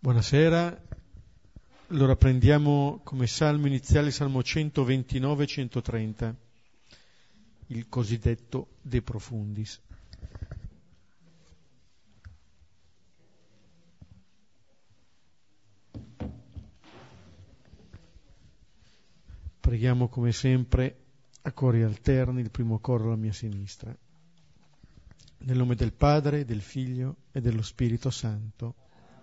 Buonasera, allora prendiamo come salmo iniziale Salmo 129 e 130, il cosiddetto De Profundis. Preghiamo come sempre a cori alterni, il primo coro alla mia sinistra. Nel nome del Padre, del Figlio e dello Spirito Santo.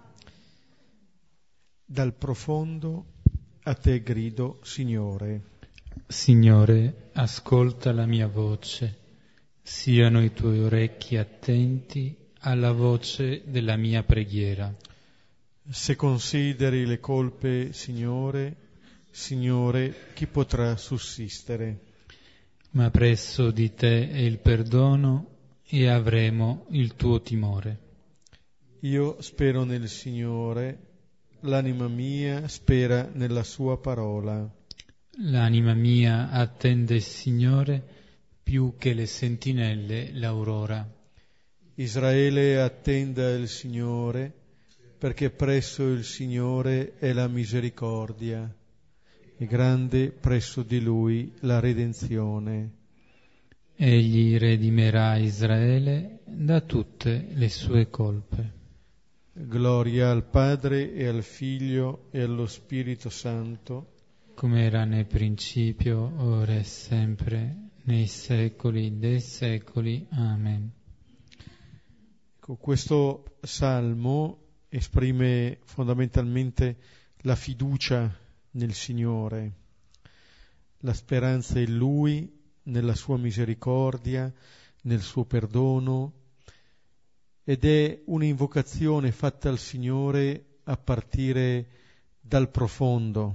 Dal profondo a te grido, Signore. Signore, ascolta la mia voce, siano i tuoi orecchi attenti alla voce della mia preghiera. Se consideri le colpe, Signore, chi potrà sussistere? Ma presso di te è il perdono e avremo il tuo timore. Io spero nel Signore, l'anima mia spera nella sua parola. L'anima mia attende il Signore più che le sentinelle l'aurora. Israele attenda il Signore, perché presso il Signore è la misericordia, e grande presso di Lui la redenzione. Egli redimerà Israele da tutte le sue colpe. Gloria al Padre e al Figlio e allo Spirito Santo, come era nel principio, ora e sempre, nei secoli dei secoli. Amen. Ecco, questo salmo esprime fondamentalmente la fiducia nel Signore, la speranza in Lui, nella sua misericordia, nel suo perdono, ed è un'invocazione fatta al Signore a partire dal profondo.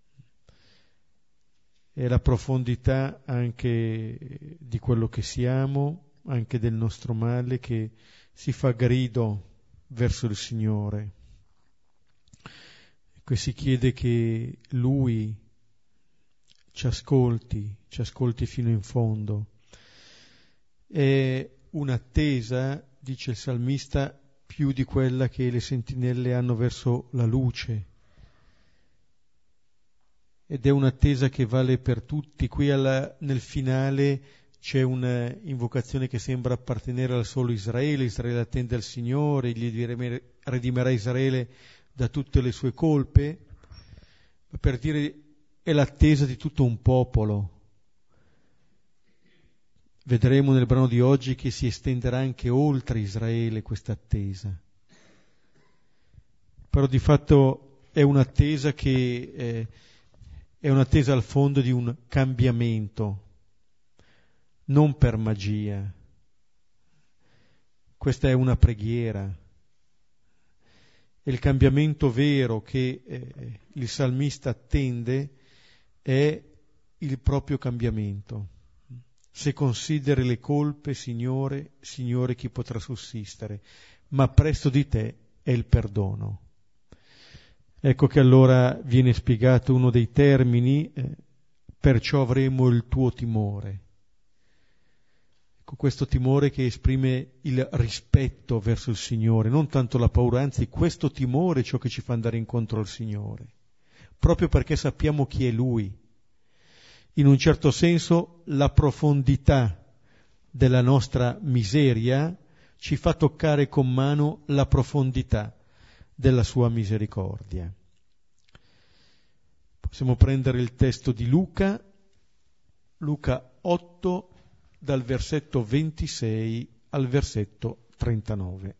È la profondità anche di quello che siamo, anche del nostro male, che si fa grido verso il Signore. E si chiede che Lui ci ascolti fino in fondo. È un'attesa, dice il salmista, più di quella che le sentinelle hanno verso la luce. Ed è un'attesa che vale per tutti. Qui nel finale c'è un'invocazione che sembra appartenere al solo Israele. Israele attende al Signore, gli redimerà Israele da tutte le sue colpe, per dire è l'attesa di tutto un popolo. Vedremo nel brano di oggi che si estenderà anche oltre Israele questa attesa. Però di fatto è un'attesa che è un'attesa al fondo di un cambiamento, non per magia. Questa è una preghiera. E il cambiamento vero che il salmista attende è il proprio cambiamento. Se consideri le colpe, Signore, chi potrà sussistere? Ma presso di te è il perdono. Ecco che allora viene spiegato uno dei termini, perciò avremo il tuo timore. Ecco, questo timore che esprime il rispetto verso il Signore, non tanto la paura, anzi questo timore è ciò che ci fa andare incontro al Signore, proprio perché sappiamo chi è Lui. In un certo senso la profondità della nostra miseria ci fa toccare con mano la profondità della sua misericordia. Possiamo prendere il testo di Luca 8, dal versetto 26 al versetto 39.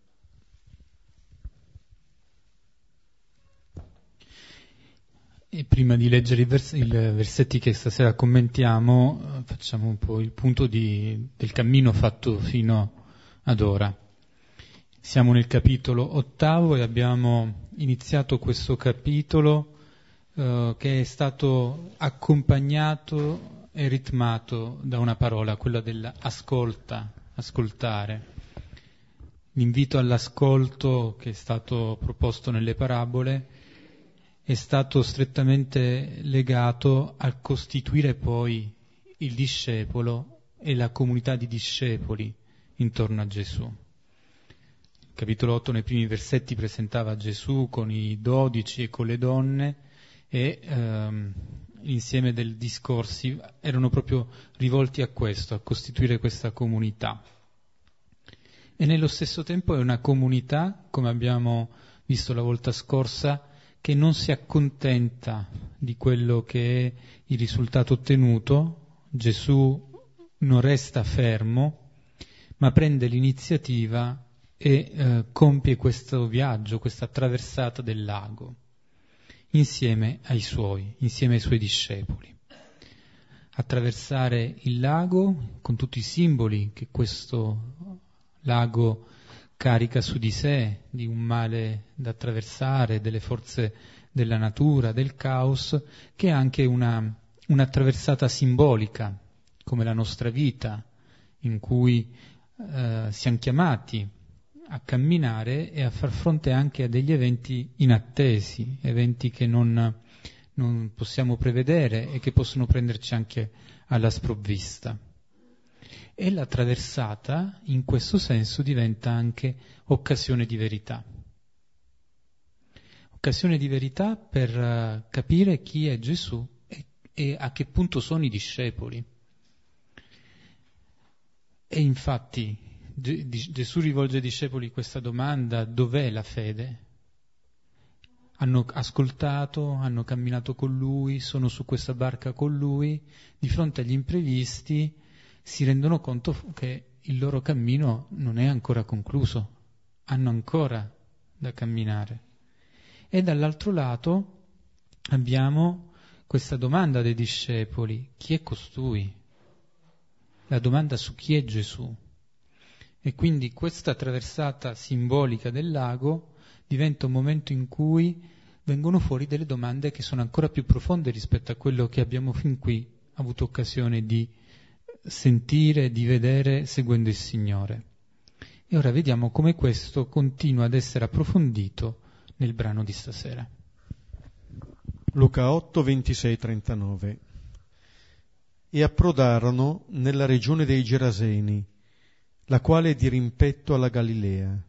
E prima di leggere i versetti che stasera commentiamo, facciamo un po' il punto del cammino fatto fino ad ora. Siamo nel capitolo 8 e abbiamo iniziato questo capitolo che è stato accompagnato e ritmato da una parola, quella ascoltare. L'invito all'ascolto che è stato proposto nelle parabole è stato strettamente legato al costituire poi il discepolo e la comunità di discepoli intorno a Gesù. capitolo 8 nei primi versetti presentava Gesù con i 12 e con le donne, e l'insieme dei discorsi erano proprio rivolti a questo, a costituire questa comunità. E nello stesso tempo è una comunità, come abbiamo visto la volta scorsa, che non si accontenta di quello che è il risultato ottenuto. Gesù non resta fermo, ma prende l'iniziativa e compie questo viaggio, questa traversata del lago, insieme ai suoi discepoli. Attraversare il lago con tutti i simboli che questo lago carica su di sé, di un male da attraversare, delle forze della natura, del caos, che è anche una traversata simbolica, come la nostra vita, in cui siamo chiamati a camminare e a far fronte anche a degli eventi inattesi, eventi che non possiamo prevedere e che possono prenderci anche alla sprovvista. E la traversata, in questo senso, diventa anche occasione di verità. Occasione di verità per capire chi è Gesù e a che punto sono i discepoli. E infatti Gesù rivolge ai discepoli questa domanda: dov'è la fede? Hanno ascoltato, hanno camminato con Lui, sono su questa barca con Lui, di fronte agli imprevisti si rendono conto che il loro cammino non è ancora concluso, hanno ancora da camminare. E dall'altro lato abbiamo questa domanda dei discepoli: chi è costui? La domanda su chi è Gesù. E quindi questa traversata simbolica del lago diventa un momento in cui vengono fuori delle domande che sono ancora più profonde rispetto a quello che abbiamo fin qui avuto occasione di sentire, di vedere seguendo il Signore. E ora vediamo come questo continua ad essere approfondito nel brano di stasera. Luca 8, 26-39. E approdarono nella regione dei Geraseni, la quale è di rimpetto alla Galilea.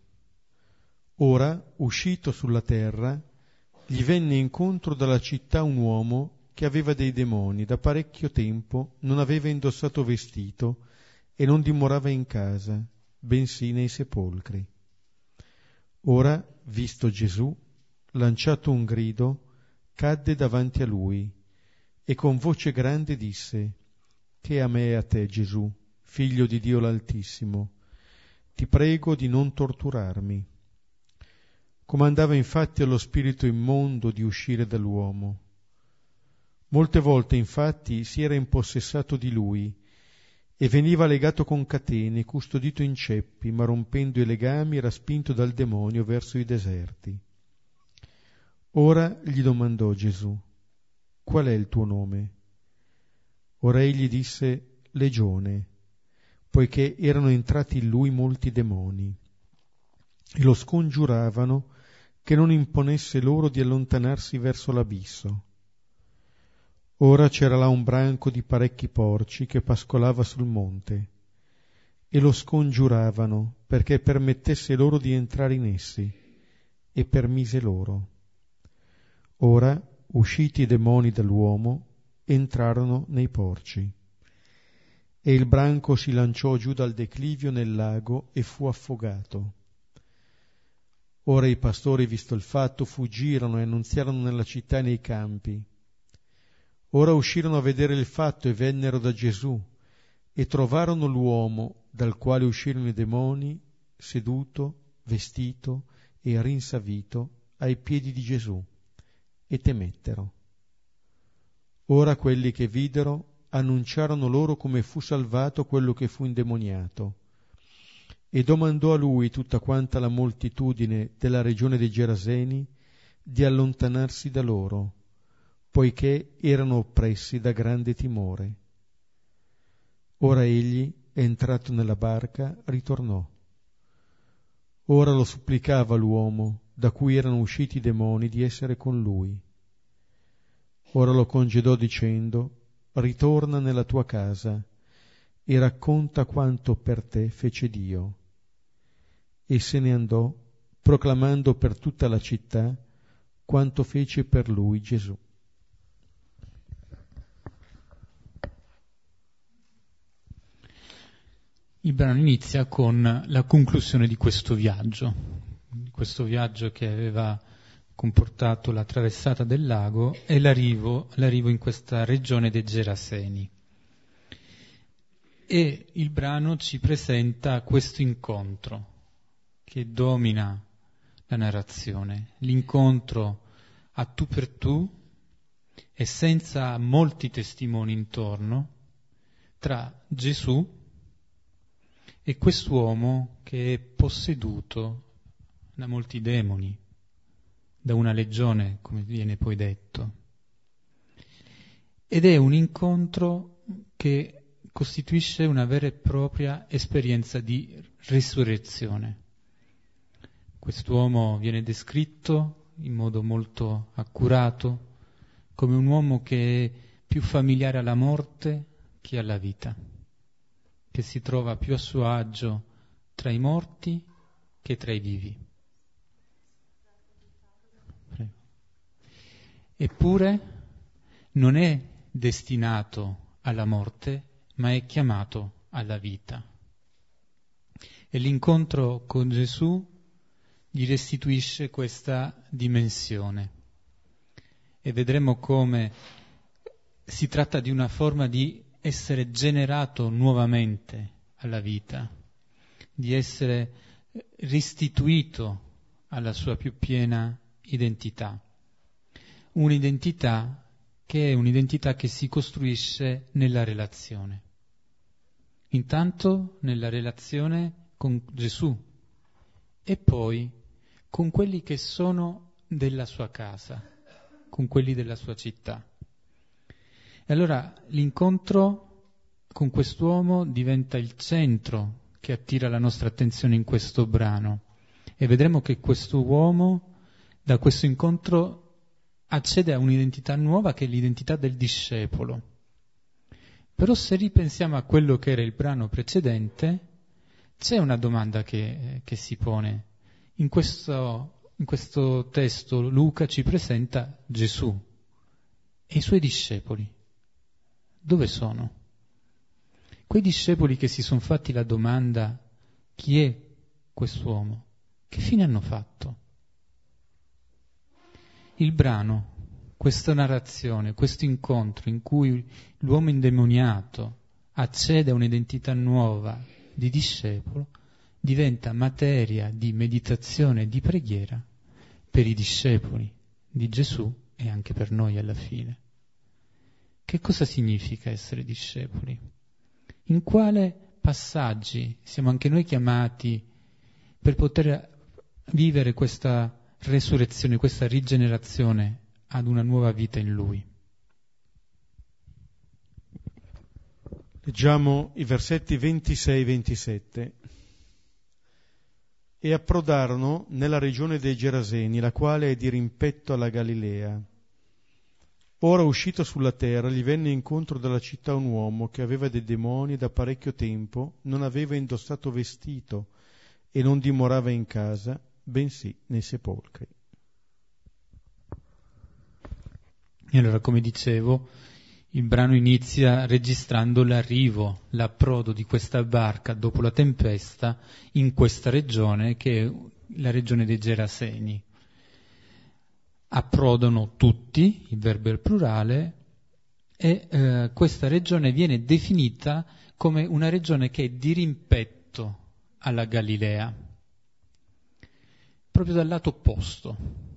Ora, uscito sulla terra, gli venne incontro dalla città un uomo che aveva dei demoni, da parecchio tempo non aveva indossato vestito e non dimorava in casa, bensì nei sepolcri. Ora, visto Gesù, lanciato un grido, cadde davanti a lui e con voce grande disse: «Che a me e a te, Gesù, Figlio di Dio l'Altissimo, ti prego di non torturarmi». Comandava infatti allo spirito immondo di uscire dall'uomo. Molte volte infatti si era impossessato di lui e veniva legato con catene, custodito in ceppi, ma rompendo i legami era spinto dal demonio verso i deserti. Ora gli domandò Gesù: «Qual è il tuo nome?» Ora egli disse: «Legione», poiché erano entrati in lui molti demoni, e lo scongiuravano che non imponesse loro di allontanarsi verso l'abisso. Ora c'era là un branco di parecchi porci che pascolava sul monte, e lo scongiuravano perché permettesse loro di entrare in essi, e permise loro. Ora, usciti i demoni dall'uomo, entrarono nei porci. E il branco si lanciò giù dal declivio nel lago e fu affogato. Ora i pastori, visto il fatto, fuggirono e annunziarono nella città e nei campi. Ora uscirono a vedere il fatto e vennero da Gesù e trovarono l'uomo dal quale uscirono i demoni, seduto, vestito e rinsavito ai piedi di Gesù, e temettero. Ora quelli che videro annunciarono loro come fu salvato quello che fu indemoniato, e domandò a lui tutta quanta la moltitudine della regione dei Geraseni di allontanarsi da loro, poiché erano oppressi da grande timore. Ora egli, entrato nella barca, ritornò. Ora lo supplicava l'uomo da cui erano usciti i demoni di essere con lui. Ora lo congedò dicendo: «Ritorna nella tua casa e racconta quanto per te fece Dio». e se ne andò, proclamando per tutta la città quanto fece per lui Gesù. Il brano inizia con la conclusione di questo viaggio che aveva comportato la traversata del lago e l'arrivo in questa regione dei Geraseni. E il brano ci presenta questo incontro che domina la narrazione, l'incontro a tu per tu e senza molti testimoni intorno tra Gesù e quest'uomo che è posseduto da molti demoni, da una legione, come viene poi detto. Ed è un incontro che costituisce una vera e propria esperienza di risurrezione. Quest'uomo viene descritto in modo molto accurato come un uomo che è più familiare alla morte che alla vita, che si trova più a suo agio tra i morti che tra i vivi. Prego. Eppure non è destinato alla morte, ma è chiamato alla vita. E l'incontro con Gesù gli restituisce questa dimensione. E vedremo come si tratta di una forma di essere generato nuovamente alla vita, di essere restituito alla sua più piena identità. Un'identità che è un'identità che si costruisce nella relazione. Intanto nella relazione con Gesù e poi con quelli che sono della sua casa, con quelli della sua città. E allora l'incontro con quest'uomo diventa il centro che attira la nostra attenzione in questo brano e vedremo che questo uomo da questo incontro accede a un'identità nuova che è l'identità del discepolo. Però se ripensiamo a quello che era il brano precedente, c'è una domanda che si pone. In questo testo Luca ci presenta Gesù e i suoi discepoli. Dove sono? Quei discepoli che si sono fatti la domanda: chi è quest'uomo? Che fine hanno fatto? Il brano, questa narrazione, questo incontro in cui l'uomo indemoniato accede a un'identità nuova di discepolo, diventa materia di meditazione e di preghiera per i discepoli di Gesù e anche per noi alla fine. Che cosa significa essere discepoli? In quale passaggi siamo anche noi chiamati per poter vivere questa resurrezione, questa rigenerazione ad una nuova vita in Lui? Leggiamo i versetti 26-27. E approdarono nella regione dei Geraseni, la quale è di rimpetto alla Galilea. Ora, uscito sulla terra, gli venne incontro dalla città un uomo che aveva dei demoni e da parecchio tempo non aveva indossato vestito e non dimorava in casa, bensì nei sepolcri. E allora, come dicevo, il brano inizia registrando l'arrivo, l'approdo di questa barca dopo la tempesta in questa regione che è la regione dei Geraseni. Approdano tutti, il verbo è il plurale, e questa regione viene definita come una regione che è di rimpetto alla Galilea, proprio dal lato opposto.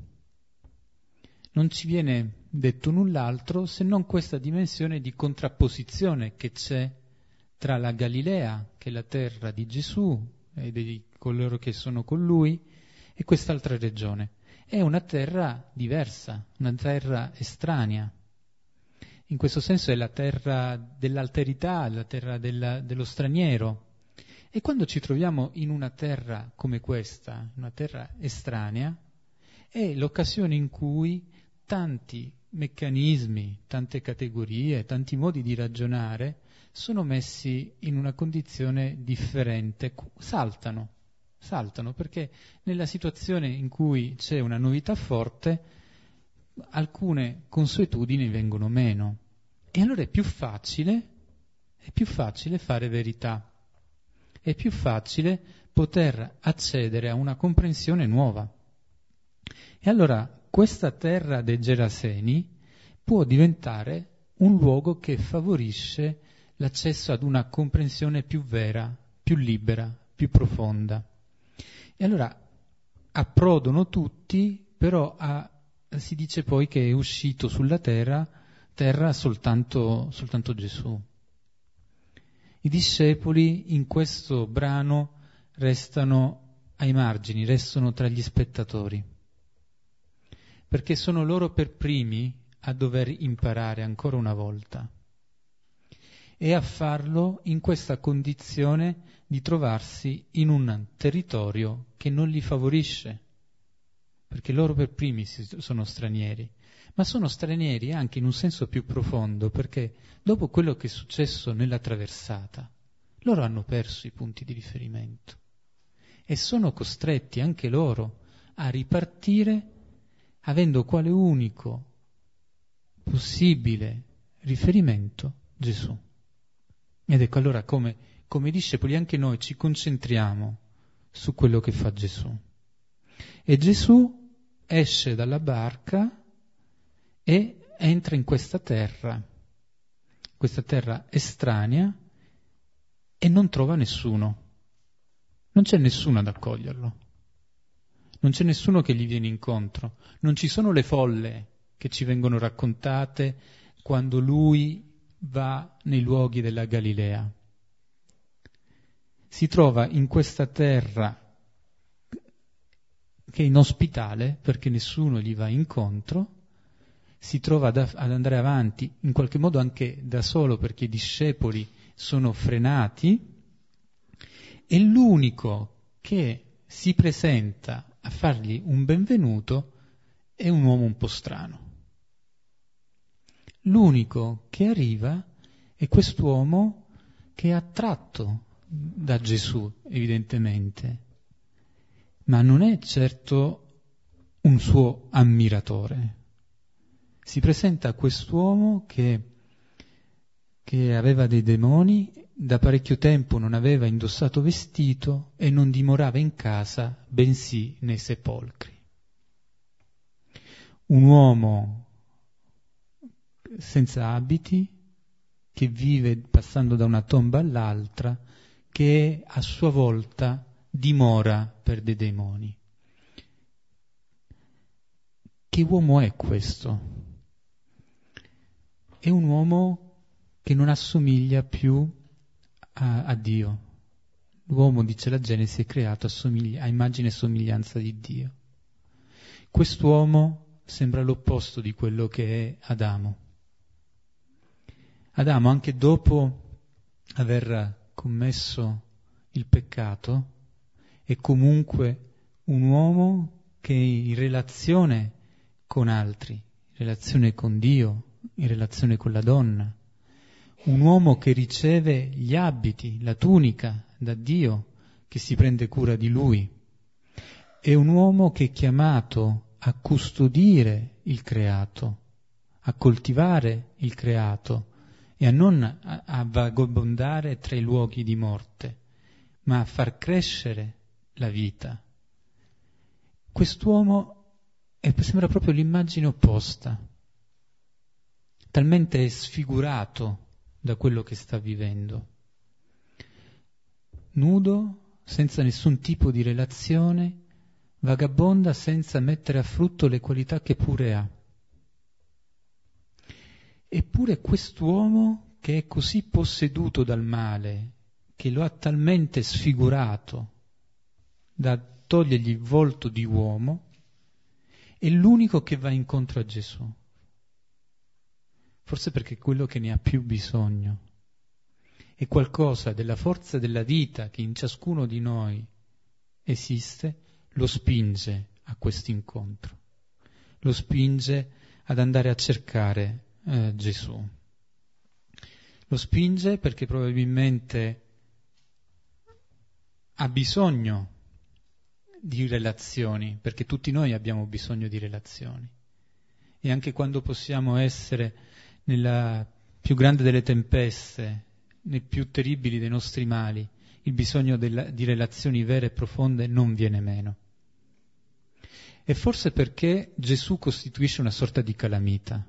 Non ci viene detto null'altro se non questa dimensione di contrapposizione che c'è tra la Galilea, che è la terra di Gesù e di coloro che sono con lui, e quest'altra regione. È una terra diversa, una terra estranea. In questo senso è la terra dell'alterità, la terra dello straniero. E quando ci troviamo in una terra come questa, una terra estranea, è l'occasione in cui tanti meccanismi, tante categorie, tanti modi di ragionare sono messi in una condizione differente, saltano saltano, perché nella situazione in cui c'è una novità forte, alcune consuetudini vengono meno. E allora è più facile fare verità, è più facile poter accedere a una comprensione nuova. E allora questa terra dei Geraseni può diventare un luogo che favorisce l'accesso ad una comprensione più vera, più libera, più profonda. E allora approdano tutti, però si dice poi che è uscito sulla terra soltanto Gesù. I discepoli in questo brano restano ai margini, restano tra gli spettatori, perché sono loro per primi a dover imparare ancora una volta e a farlo in questa condizione di trovarsi in un territorio che non li favorisce, perché loro per primi sono stranieri, ma sono stranieri anche in un senso più profondo, perché dopo quello che è successo nella traversata, loro hanno perso i punti di riferimento e sono costretti anche loro a ripartire avendo quale unico possibile riferimento Gesù. Ed ecco allora come discepoli anche noi ci concentriamo su quello che fa Gesù. E Gesù esce dalla barca e entra in questa terra estranea, e non trova nessuno. Non c'è nessuno ad accoglierlo. Non c'è nessuno che gli viene incontro. Non ci sono le folle che ci vengono raccontate quando lui va nei luoghi della Galilea. Si trova in questa terra che è inospitale perché nessuno gli va incontro, si trova ad andare avanti in qualche modo anche da solo perché i discepoli sono frenati, e l'unico che si presenta a fargli un benvenuto è un uomo un po' strano. L'unico che arriva è quest'uomo che è attratto da Gesù, evidentemente, ma non è certo un suo ammiratore. Si presenta quest'uomo che aveva dei demoni, da parecchio tempo non aveva indossato vestito e non dimorava in casa, bensì nei sepolcri. Un uomo senza abiti, che vive passando da una tomba all'altra, che a sua volta dimora per dei demoni. Che uomo è questo? È un uomo che non assomiglia più a Dio. L'uomo, dice la Genesi, è creato a immagine e somiglianza di Dio. Quest'uomo sembra l'opposto di quello che è Adamo. Adamo, anche dopo aver commesso il peccato, è comunque un uomo che in relazione con altri, in relazione con Dio, in relazione con la donna, un uomo che riceve gli abiti, la tunica da Dio, che si prende cura di lui, è un uomo che è chiamato a custodire il creato, a coltivare il creato e a non a vagabondare tra i luoghi di morte, ma a far crescere la vita. Quest'uomo sembra proprio l'immagine opposta, talmente sfigurato da quello che sta vivendo. Nudo, senza nessun tipo di relazione, vagabonda senza mettere a frutto le qualità che pure ha. Eppure quest'uomo che è così posseduto dal male, che lo ha talmente sfigurato da togliergli il volto di uomo, è l'unico che va incontro a Gesù. Forse perché è quello che ne ha più bisogno. È qualcosa della forza della vita che in ciascuno di noi esiste, lo spinge a questo incontro. Lo spinge ad andare a cercare Gesù. Lo spinge perché probabilmente ha bisogno di relazioni, perché tutti noi abbiamo bisogno di relazioni. E anche quando possiamo essere nella più grande delle tempeste, nei più terribili dei nostri mali, il bisogno di relazioni vere e profonde non viene meno. E forse perché Gesù costituisce una sorta di calamita,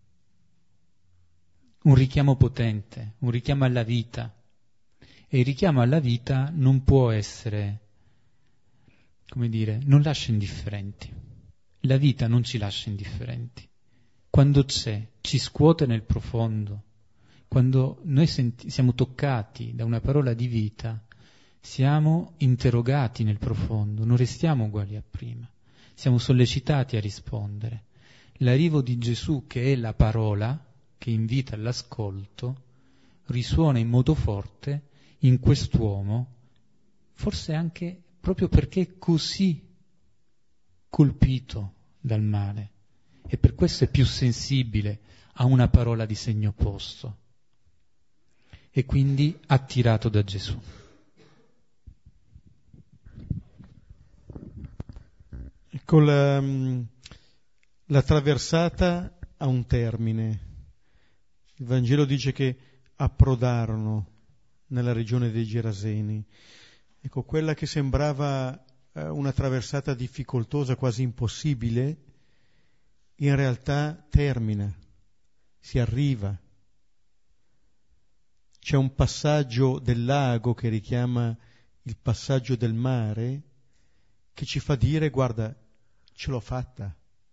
un richiamo potente, un richiamo alla vita. E il richiamo alla vita non può essere, come dire, non lascia indifferenti. La vita non ci lascia indifferenti. Quando c'è, ci scuote nel profondo. Quando noi siamo toccati da una parola di vita, siamo interrogati nel profondo, non restiamo uguali a prima. Siamo sollecitati a rispondere. L'arrivo di Gesù, che è la parola, che invita all'ascolto, risuona in modo forte in quest'uomo, forse anche proprio perché è così colpito dal male, e per questo è più sensibile a una parola di segno opposto, e quindi attirato da Gesù. Ecco, la traversata ha un termine. Il Vangelo dice che approdarono nella regione dei Geraseni. Ecco, quella che sembrava una traversata difficoltosa, quasi impossibile, in realtà termina, si arriva. C'è un passaggio del lago che richiama il passaggio del mare, che ci fa dire: guarda, ce l'ho fatta.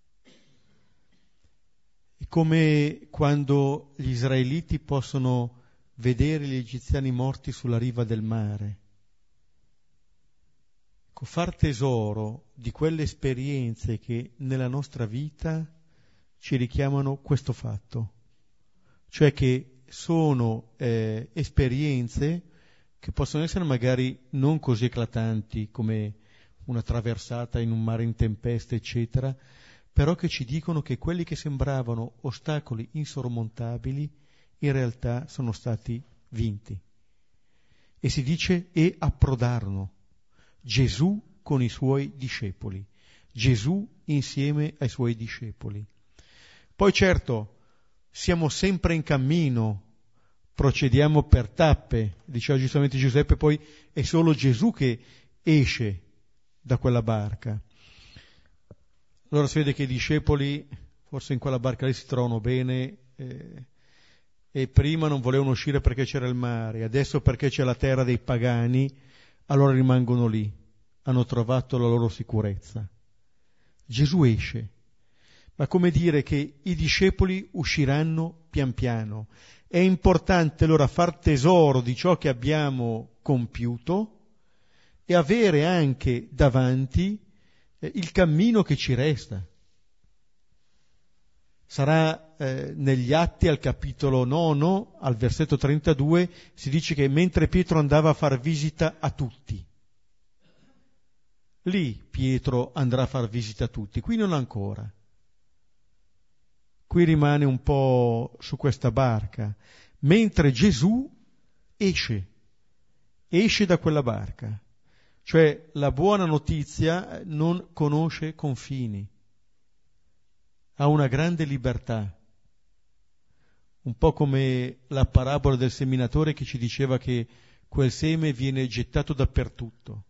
È come quando gli israeliti possono vedere gli egiziani morti sulla riva del mare. Ecco, far tesoro di quelle esperienze che nella nostra vita ci richiamano questo fatto, cioè che sono esperienze che possono essere magari non così eclatanti come una traversata in un mare in tempesta, eccetera, però che ci dicono che quelli che sembravano ostacoli insormontabili in realtà sono stati vinti. E si dice: e approdarono. Gesù con i suoi discepoli, Gesù insieme ai suoi discepoli. Poi certo, siamo sempre in cammino, procediamo per tappe, diceva giustamente Giuseppe, poi è solo Gesù che esce da quella barca. Allora si vede che i discepoli forse in quella barca lì si trovano bene, e prima non volevano uscire perché c'era il mare, adesso perché c'è la terra dei pagani, allora rimangono lì, hanno trovato la loro sicurezza. Gesù esce, ma come dire che i discepoli usciranno pian piano. È importante allora far tesoro di ciò che abbiamo compiuto e avere anche davanti il cammino che ci resta. Sarà negli Atti al capitolo 9, al versetto 32, si dice che mentre Pietro andava a far visita a tutti, lì Pietro andrà a far visita a tutti, qui non ancora. Qui rimane un po' su questa barca, mentre Gesù esce da quella barca. Cioè la buona notizia non conosce confini, ha una grande libertà, un po' come la parabola del seminatore che ci diceva che quel seme viene gettato dappertutto.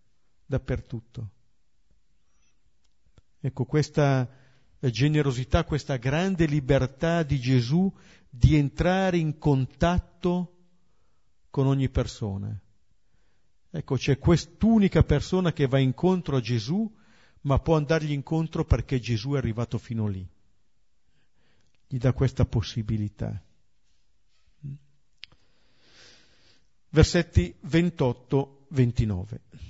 Ecco, questa generosità, questa grande libertà di Gesù di entrare in contatto con ogni persona. Ecco, c'è quest'unica persona che va incontro a Gesù, ma può andargli incontro perché Gesù è arrivato fino lì. Gli dà questa possibilità. Versetti 28-29.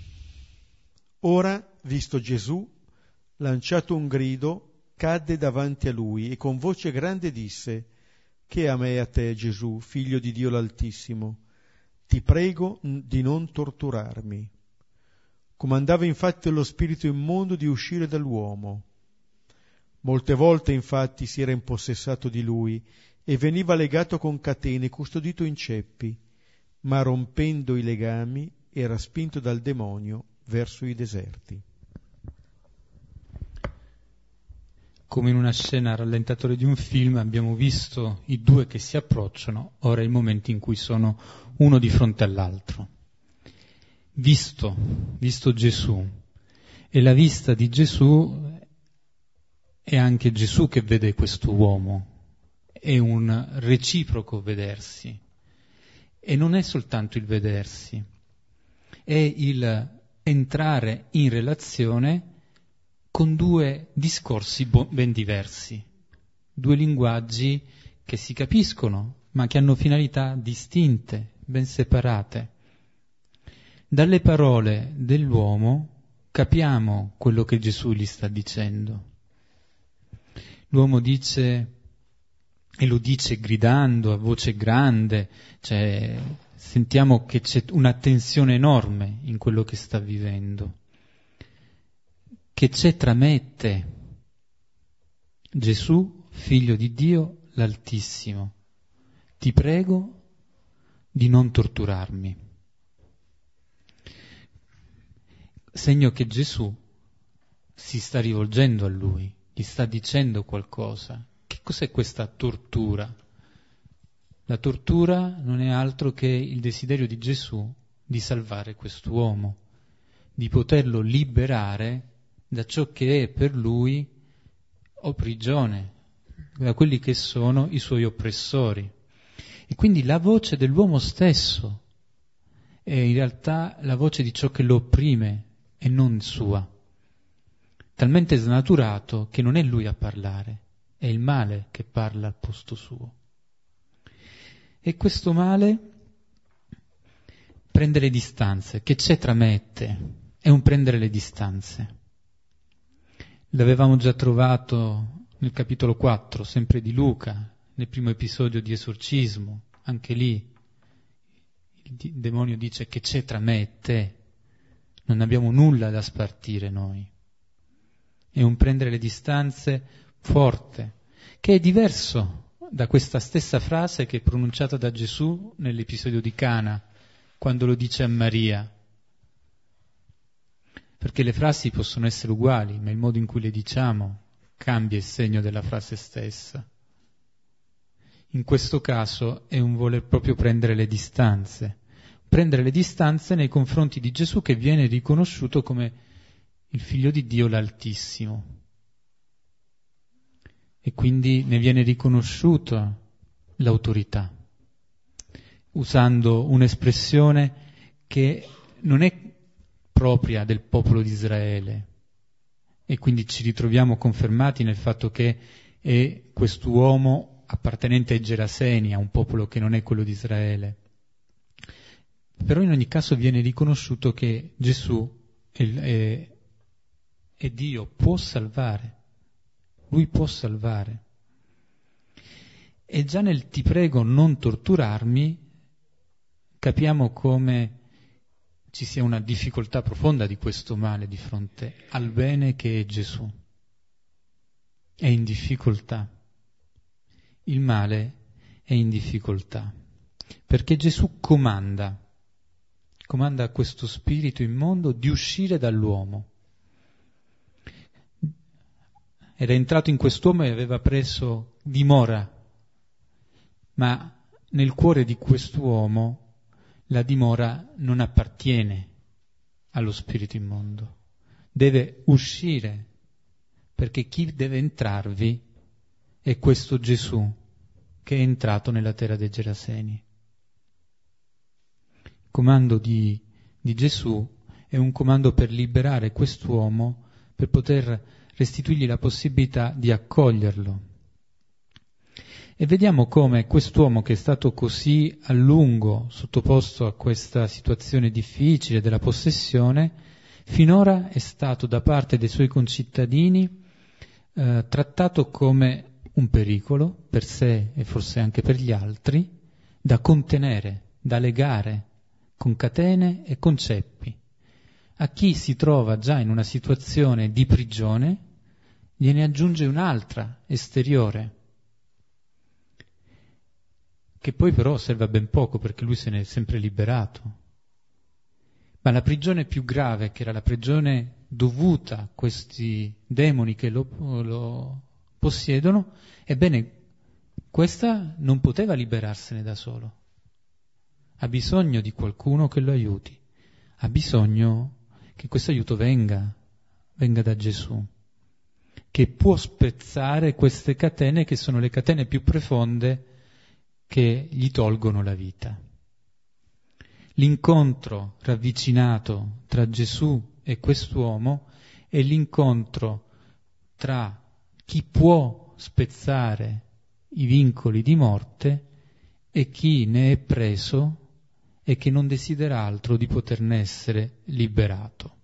Ora, visto Gesù, lanciato un grido, cadde davanti a lui e con voce grande disse: che a me e a te, Gesù, figlio di Dio l'Altissimo? Ti prego di non torturarmi. Comandava infatti allo spirito immondo di uscire dall'uomo. Molte volte infatti si era impossessato di lui e veniva legato con catene, custodito in ceppi, ma rompendo i legami era spinto dal demonio verso i deserti. come in una scena a rallentatore di un film, abbiamo visto i due che si approcciano, ora è il momento in cui sono uno di fronte all'altro. Visto Gesù, e la vista di Gesù è anche Gesù che vede questo uomo, è un reciproco vedersi, e non è soltanto il vedersi, è il entrare in relazione con due discorsi ben diversi, due linguaggi che si capiscono, ma che hanno finalità distinte, ben separate. Dalle parole dell'uomo capiamo quello che Gesù gli sta dicendo. L'uomo dice, e lo dice gridando a voce grande, cioè sentiamo che c'è una tensione enorme in quello che sta vivendo, che c'è tra me e te, Gesù, figlio di Dio l'Altissimo, ti prego di non torturarmi. Segno che Gesù si sta rivolgendo a lui, gli sta dicendo qualcosa. Che cos'è questa tortura? La tortura non è altro che il desiderio di Gesù di salvare quest'uomo, di poterlo liberare da ciò che è per lui o prigione, da quelli che sono i suoi oppressori. E quindi la voce dell'uomo stesso è in realtà la voce di ciò che lo opprime e non sua, talmente snaturato che non è lui a parlare, è il male che parla al posto suo. E questo male prende le distanze, che c'è tra me e te, è un prendere le distanze. L'avevamo già trovato nel capitolo 4, sempre di Luca, nel primo episodio di esorcismo, anche lì il demonio dice che c'è tra me e te, non abbiamo nulla da spartire noi. È un prendere le distanze forte, che è diverso da questa stessa frase che è pronunciata da Gesù nell'episodio di Cana, quando lo dice a Maria. Perché le frasi possono essere uguali, ma il modo in cui le diciamo cambia il segno della frase stessa. In questo caso è un voler proprio prendere le distanze nei confronti di Gesù che viene riconosciuto come il Figlio di Dio l'Altissimo. E quindi ne viene riconosciuta l'autorità, usando un'espressione che non è propria del popolo di Israele, e quindi ci ritroviamo confermati nel fatto che è quest'uomo appartenente ai Geraseni, a un popolo che non è quello di Israele. Però in ogni caso viene riconosciuto che Gesù è Dio, può salvare, lui può salvare. E già nel ti prego non torturarmi capiamo come ci sia una difficoltà profonda di questo male di fronte al bene che è Gesù. È in difficoltà. Il male è in difficoltà. Perché Gesù comanda a questo spirito immondo di uscire dall'uomo. Era entrato in quest'uomo e aveva preso dimora, ma nel cuore di quest'uomo la dimora non appartiene allo spirito immondo, deve uscire, perché chi deve entrarvi è questo Gesù che è entrato nella terra dei Geraseni. Il comando di Gesù è un comando per liberare quest'uomo, per poter restituirgli la possibilità di accoglierlo. E vediamo come quest'uomo che è stato così a lungo sottoposto a questa situazione difficile della possessione, finora è stato da parte dei suoi concittadini trattato come un pericolo per sé e forse anche per gli altri, da contenere, da legare con catene e con ceppi. A chi si trova già in una situazione di prigione gliene aggiunge un'altra, esteriore, che poi però serve a ben poco perché lui se ne è sempre liberato. Ma la prigione più grave, che era la prigione dovuta a questi demoni che lo possiedono, ebbene, questa non poteva liberarsene da solo. Ha bisogno di qualcuno che lo aiuti. Ha bisogno che questo aiuto venga da Gesù, che può spezzare queste catene che sono le catene più profonde che gli tolgono la vita. L'incontro ravvicinato tra Gesù e quest'uomo è l'incontro tra chi può spezzare i vincoli di morte e chi ne è preso e che non desidera altro di poterne essere liberato.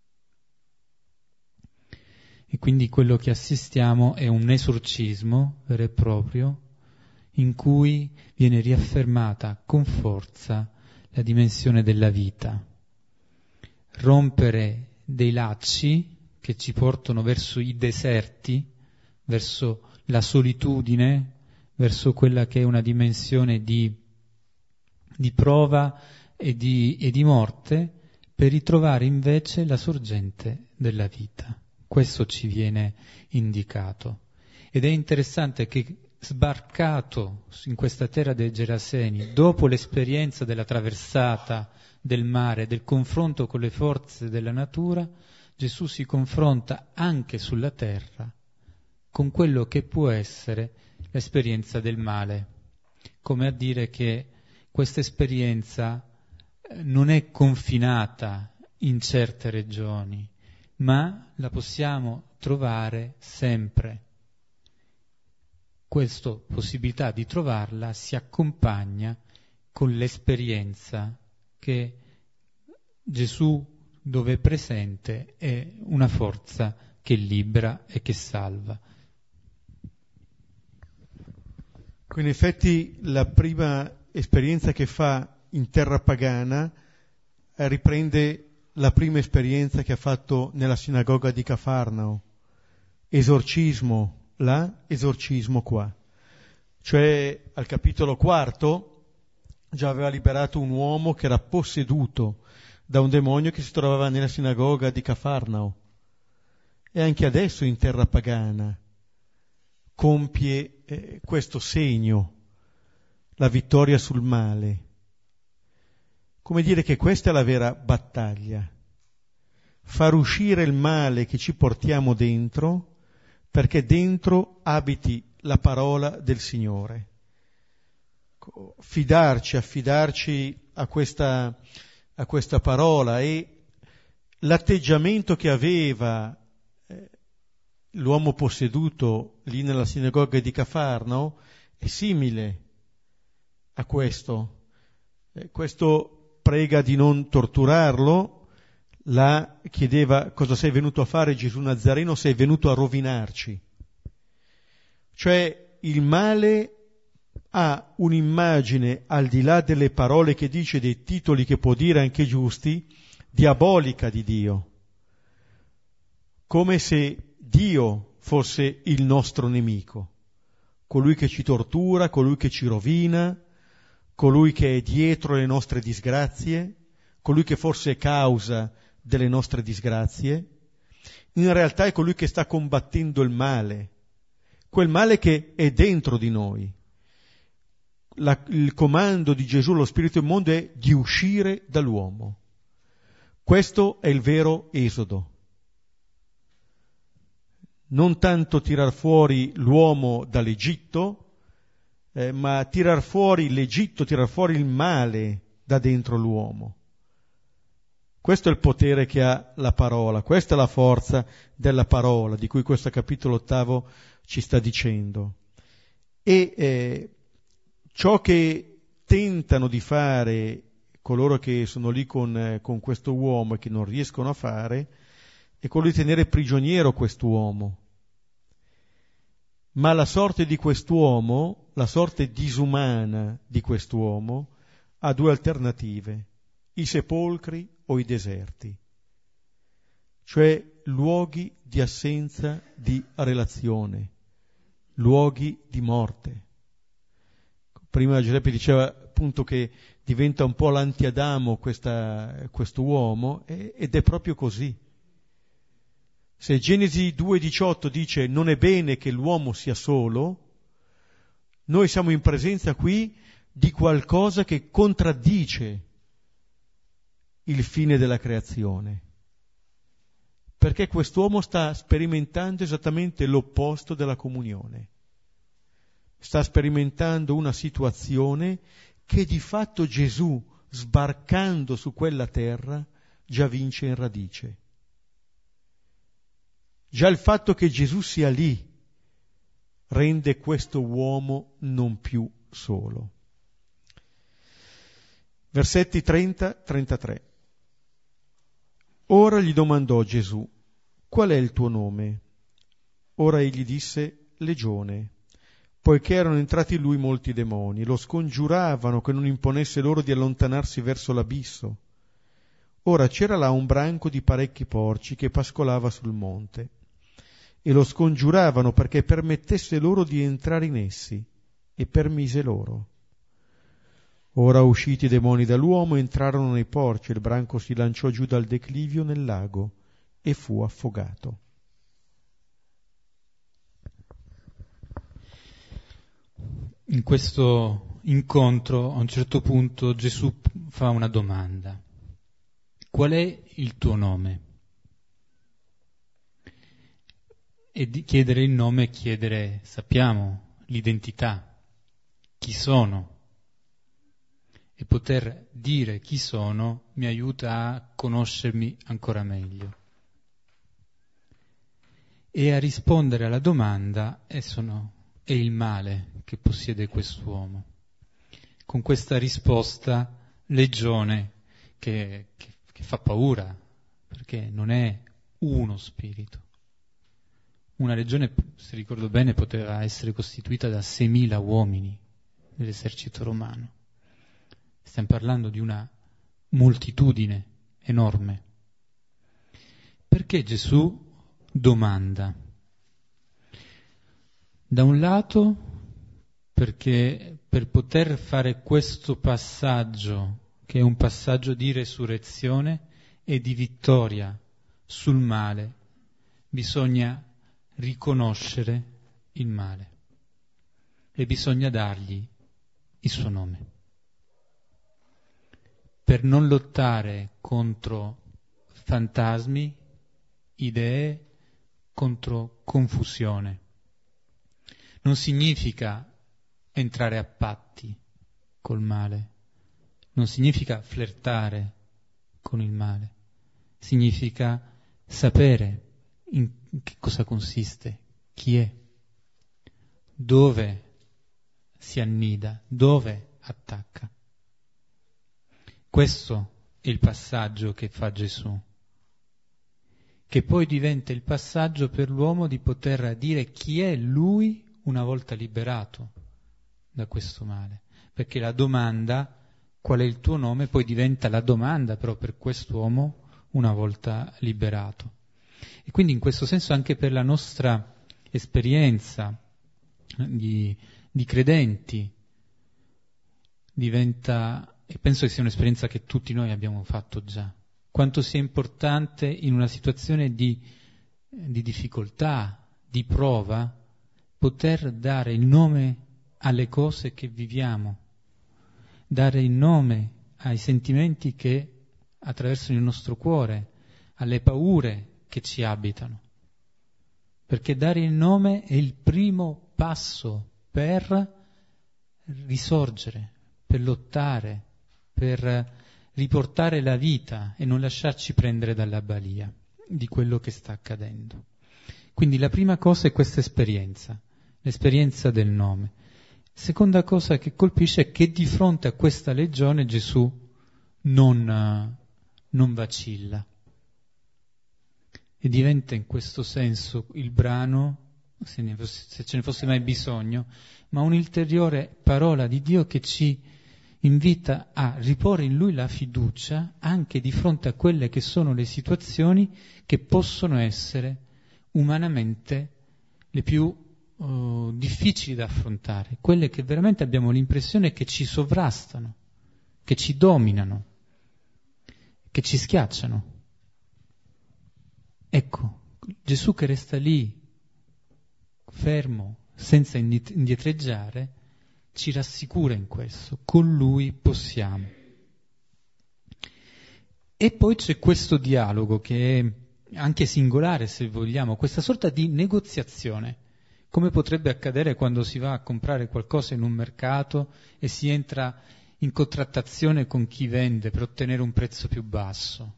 E quindi quello che assistiamo è un esorcismo vero e proprio in cui viene riaffermata con forza la dimensione della vita. Rompere dei lacci che ci portano verso i deserti, verso la solitudine, verso quella che è una dimensione di prova e di morte, per ritrovare invece la sorgente della vita. Questo ci viene indicato. Ed è interessante che sbarcato in questa terra dei Geraseni, dopo l'esperienza della traversata del mare, del confronto con le forze della natura, Gesù si confronta anche sulla terra con quello che può essere l'esperienza del male, come a dire che questa esperienza non è confinata in certe regioni, ma la possiamo trovare sempre. Questa possibilità di trovarla si accompagna con l'esperienza che Gesù, dove è presente, è una forza che libera e che salva. In effetti la prima esperienza che fa in terra pagana riprende la prima esperienza che ha fatto nella sinagoga di Cafarnao. Esorcismo là, esorcismo qua. Cioè al capitolo 4 già aveva liberato un uomo che era posseduto da un demonio che si trovava nella sinagoga di Cafarnao. E anche adesso in terra pagana compie questo segno, la vittoria sul male. Come dire che questa è la vera battaglia, far uscire il male che ci portiamo dentro, perché dentro abiti la parola del Signore. Affidarci a questa parola, e l'atteggiamento che aveva l'uomo posseduto lì nella sinagoga di Cafarnao è simile a questo. Questo prega di non torturarlo, là chiedeva: cosa sei venuto a fare, Gesù Nazareno? Sei venuto a rovinarci. Cioè il male ha un'immagine, al di là delle parole che dice, dei titoli che può dire anche giusti, diabolica di Dio, come se Dio fosse il nostro nemico, colui che ci tortura, colui che ci rovina, colui che è dietro le nostre disgrazie, colui che forse è causa delle nostre disgrazie. In realtà è colui che sta combattendo il male, quel male che è dentro di noi. Il comando di Gesù allo spirito immondo è di uscire dall'uomo. Questo è il vero esodo. Non tanto tirar fuori l'uomo dall'Egitto, ma tirar fuori l'Egitto, tirar fuori il male da dentro l'uomo. Questo è il potere che ha la parola, questa è la forza della parola, di cui questo capitolo 8 ci sta dicendo. E ciò che tentano di fare coloro che sono lì con questo uomo e che non riescono a fare, è quello di tenere prigioniero quest'uomo. Ma la sorte di quest'uomo, la sorte disumana di quest'uomo, ha due alternative: i sepolcri o i deserti, cioè luoghi di assenza di relazione, luoghi di morte. Prima Giuseppe diceva appunto che diventa un po' l'anti-Adamo questo uomo, ed è proprio così. Se Genesi 2,18 dice non è bene che l'uomo sia solo, noi siamo in presenza qui di qualcosa che contraddice il fine della creazione, perché quest'uomo sta sperimentando esattamente l'opposto della comunione, sta sperimentando una situazione che di fatto Gesù, sbarcando su quella terra, già vince in radice. Già il fatto che Gesù sia lì rende questo uomo non più solo. Versetti 30-33. Ora gli domandò Gesù: qual è il tuo nome? Ora egli disse: Legione, poiché erano entrati in lui molti demoni, lo scongiuravano che non imponesse loro di allontanarsi verso l'abisso. Ora c'era là un branco di parecchi porci che pascolava sul monte, e lo scongiuravano perché permettesse loro di entrare in essi, e permise loro. Ora usciti i demoni dall'uomo entrarono nei porci, e il branco si lanciò giù dal declivio nel lago e fu affogato. In questo incontro, a un certo punto, Gesù fa una domanda: qual è il tuo nome? E di chiedere il nome è chiedere, sappiamo, l'identità, chi sono. E poter dire chi sono mi aiuta a conoscermi ancora meglio. E a rispondere alla domanda è il male che possiede quest'uomo. Con questa risposta, legione, che fa paura, perché non è uno spirito. Una legione, se ricordo bene, poteva essere costituita da 6.000 uomini dell'esercito romano. Stiamo parlando di una moltitudine enorme. Perché Gesù domanda? Da un lato, perché per poter fare questo passaggio, che è un passaggio di resurrezione e di vittoria sul male, bisogna riconoscere il male e bisogna dargli il suo nome. Per non lottare contro fantasmi, idee, contro confusione. Non significa entrare a patti col male, non significa flirtare con il male, significa sapere in che cosa consiste, chi è, dove si annida, dove attacca. Questo è il passaggio che fa Gesù, che poi diventa il passaggio per l'uomo di poter dire chi è lui una volta liberato da questo male. Perché la domanda, qual è il tuo nome, poi diventa la domanda però per quest'uomo una volta liberato. E quindi in questo senso anche per la nostra esperienza di credenti diventa, e penso che sia un'esperienza che tutti noi abbiamo fatto già, quanto sia importante in una situazione di difficoltà, di prova, poter dare il nome alle cose che viviamo, dare il nome ai sentimenti che attraversano il nostro cuore, alle paure che ci abitano. Perché dare il nome è il primo passo per risorgere, per lottare, per riportare la vita e non lasciarci prendere dalla balia di quello che sta accadendo. Quindi la prima cosa è questa esperienza, l'esperienza del nome. Seconda cosa che colpisce è che di fronte a questa legione Gesù non vacilla. E diventa in questo senso il brano, se ce ne fosse mai bisogno, ma un'ulteriore parola di Dio che ci invita a riporre in Lui la fiducia anche di fronte a quelle che sono le situazioni che possono essere umanamente le più difficili da affrontare, quelle che veramente abbiamo l'impressione che ci sovrastano, che ci dominano, che ci schiacciano. Ecco, Gesù che resta lì, fermo, senza indietreggiare, ci rassicura in questo. Con Lui possiamo. E poi c'è questo dialogo che è anche singolare, se vogliamo, questa sorta di negoziazione, come potrebbe accadere quando si va a comprare qualcosa in un mercato e si entra in contrattazione con chi vende per ottenere un prezzo più basso.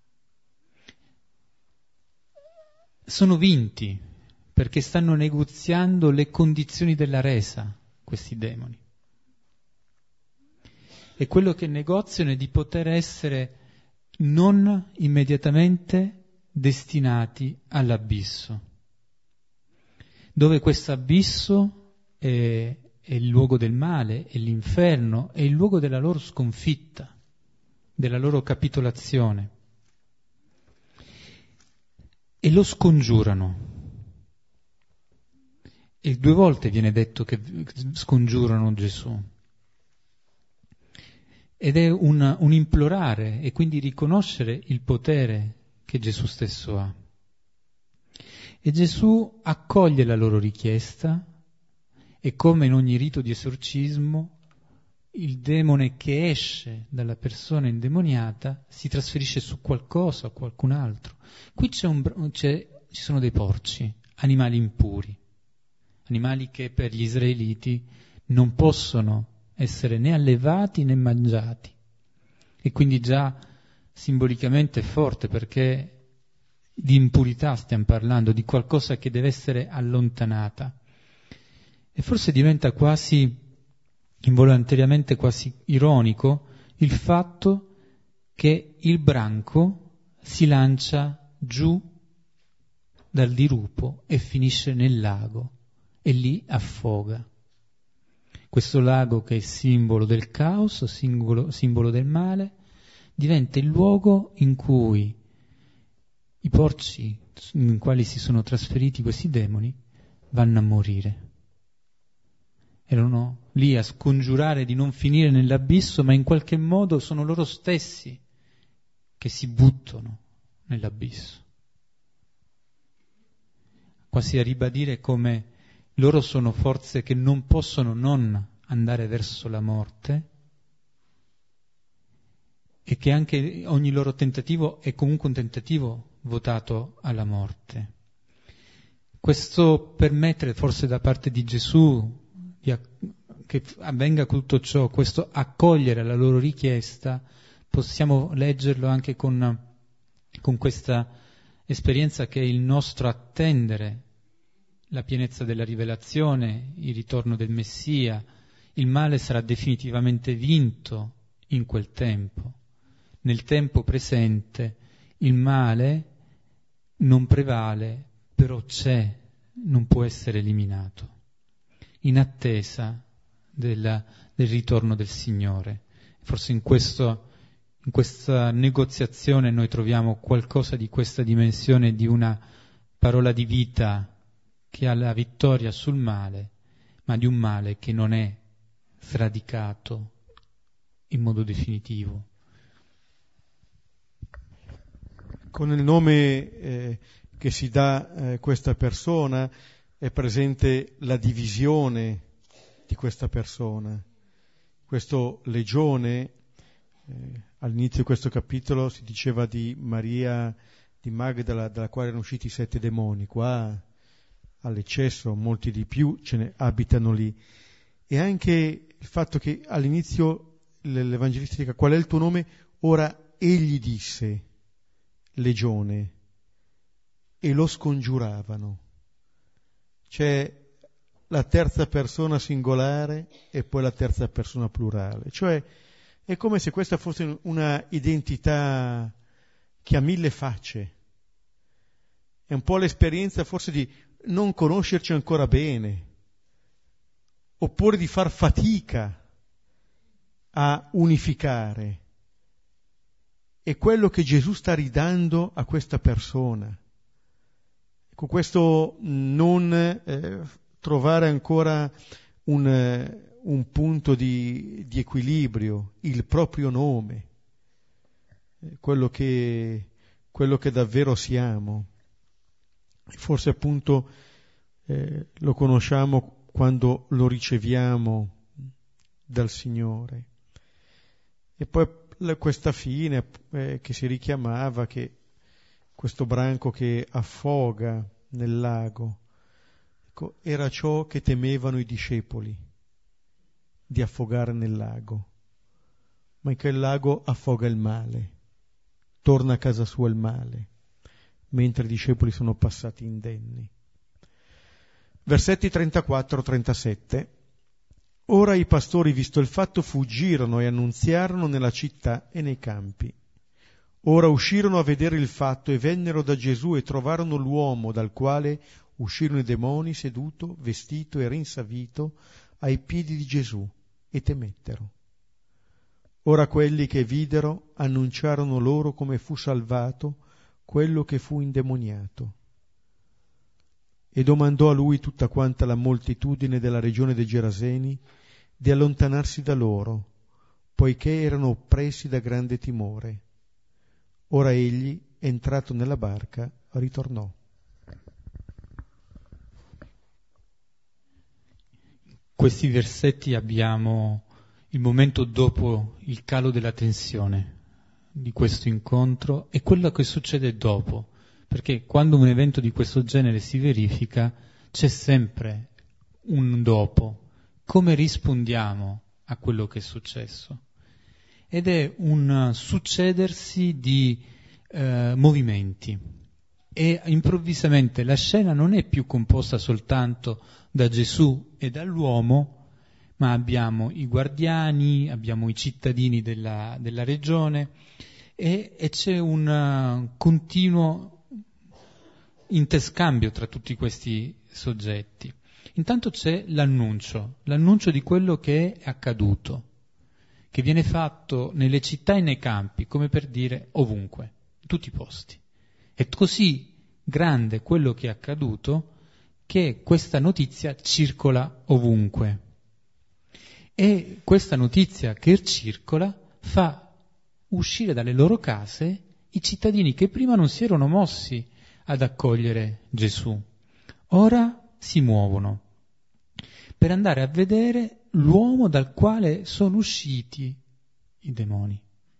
Sono vinti perché stanno negoziando le condizioni della resa, questi demoni. E quello che negoziano è di poter essere non immediatamente destinati all'abisso, dove questo abisso è il luogo del male, è l'inferno, è il luogo della loro sconfitta, della loro capitolazione. E lo scongiurano. E 2 volte viene detto che scongiurano Gesù. Ed è un implorare e quindi riconoscere il potere che Gesù stesso ha. E Gesù accoglie la loro richiesta e, come in ogni rito di esorcismo, il demone che esce dalla persona indemoniata si trasferisce su qualcosa o qualcun altro. Qui ci sono dei porci, animali impuri, animali che per gli israeliti non possono essere né allevati né mangiati. E quindi già simbolicamente è forte, perché di impurità stiamo parlando, di qualcosa che deve essere allontanata. E forse diventa quasi, involontariamente quasi ironico, il fatto che il branco si lancia giù dal dirupo e finisce nel lago e lì affoga. Questo lago, che è simbolo del caos, simbolo del male, diventa il luogo in cui i porci in quali si sono trasferiti questi demoni vanno a morire. Erano lì a scongiurare di non finire nell'abisso, ma in qualche modo sono loro stessi che si buttano nell'abisso. Quasi a ribadire come loro sono forze che non possono non andare verso la morte e che anche ogni loro tentativo è comunque un tentativo votato alla morte. Questo permettere forse da parte di Gesù che avvenga tutto ciò, questo accogliere la loro richiesta, possiamo leggerlo anche con questa esperienza che è il nostro attendere la pienezza della rivelazione, il ritorno del Messia. Il male sarà definitivamente vinto in quel tempo. Nel tempo presente il male non prevale, però c'è, non può essere eliminato, in attesa del ritorno del Signore. Forse in questa negoziazione noi troviamo qualcosa di questa dimensione di una parola di vita che ha la vittoria sul male, ma di un male che non è sradicato in modo definitivo. Con il nome che si dà questa persona è presente la divisione di questa persona. Questo legione, all'inizio di questo capitolo si diceva di Maria di Magdala, dalla quale erano usciti 7 demoni. Qua all'eccesso molti di più ce ne abitano lì. E anche il fatto che all'inizio l'Evangelista dica: qual è il tuo nome? Ora egli disse legione, e lo scongiuravano. C'è la terza persona singolare e poi la terza persona plurale, cioè è come se questa fosse una identità che ha 1000 facce. È un po' l'esperienza forse di non conoscerci ancora bene, oppure di far fatica a unificare. È quello che Gesù sta ridando a questa persona. Con questo non trovare ancora un punto di equilibrio, il proprio nome, quello che davvero siamo. Forse appunto lo conosciamo quando lo riceviamo dal Signore. E poi questa fine che si richiamava, che questo branco che affoga nel lago, ecco, era ciò che temevano i discepoli, di affogare nel lago. Ma in quel lago affoga il male, torna a casa sua il male, mentre i discepoli sono passati indenni. Versetti 34-37. Ora i pastori, visto il fatto, fuggirono e annunziarono nella città e nei campi. Ora uscirono a vedere il fatto e vennero da Gesù e trovarono l'uomo dal quale uscirono i demoni seduto, vestito e rinsavito ai piedi di Gesù, e temettero. Ora quelli che videro annunciarono loro come fu salvato quello che fu indemoniato. E domandò a lui tutta quanta la moltitudine della regione dei Geraseni di allontanarsi da loro, poiché erano oppressi da grande timore. Ora egli, entrato nella barca, ritornò. Questi versetti abbiamo il momento dopo il calo della tensione di questo incontro e quello che succede dopo, perché quando un evento di questo genere si verifica c'è sempre un dopo. Come rispondiamo a quello che è successo? Ed è un succedersi di movimenti, e improvvisamente la scena non è più composta soltanto da Gesù e dall'uomo, ma abbiamo i guardiani, abbiamo i cittadini della regione e c'è un continuo interscambio tra tutti questi soggetti. Intanto c'è l'annuncio di quello che è accaduto, che viene fatto nelle città e nei campi, come per dire ovunque, in tutti i posti. È così grande quello che è accaduto che questa notizia circola ovunque. E questa notizia che circola fa uscire dalle loro case i cittadini che prima non si erano mossi ad accogliere Gesù. Ora si muovono per andare a vedere l'uomo dal quale sono usciti i demoni.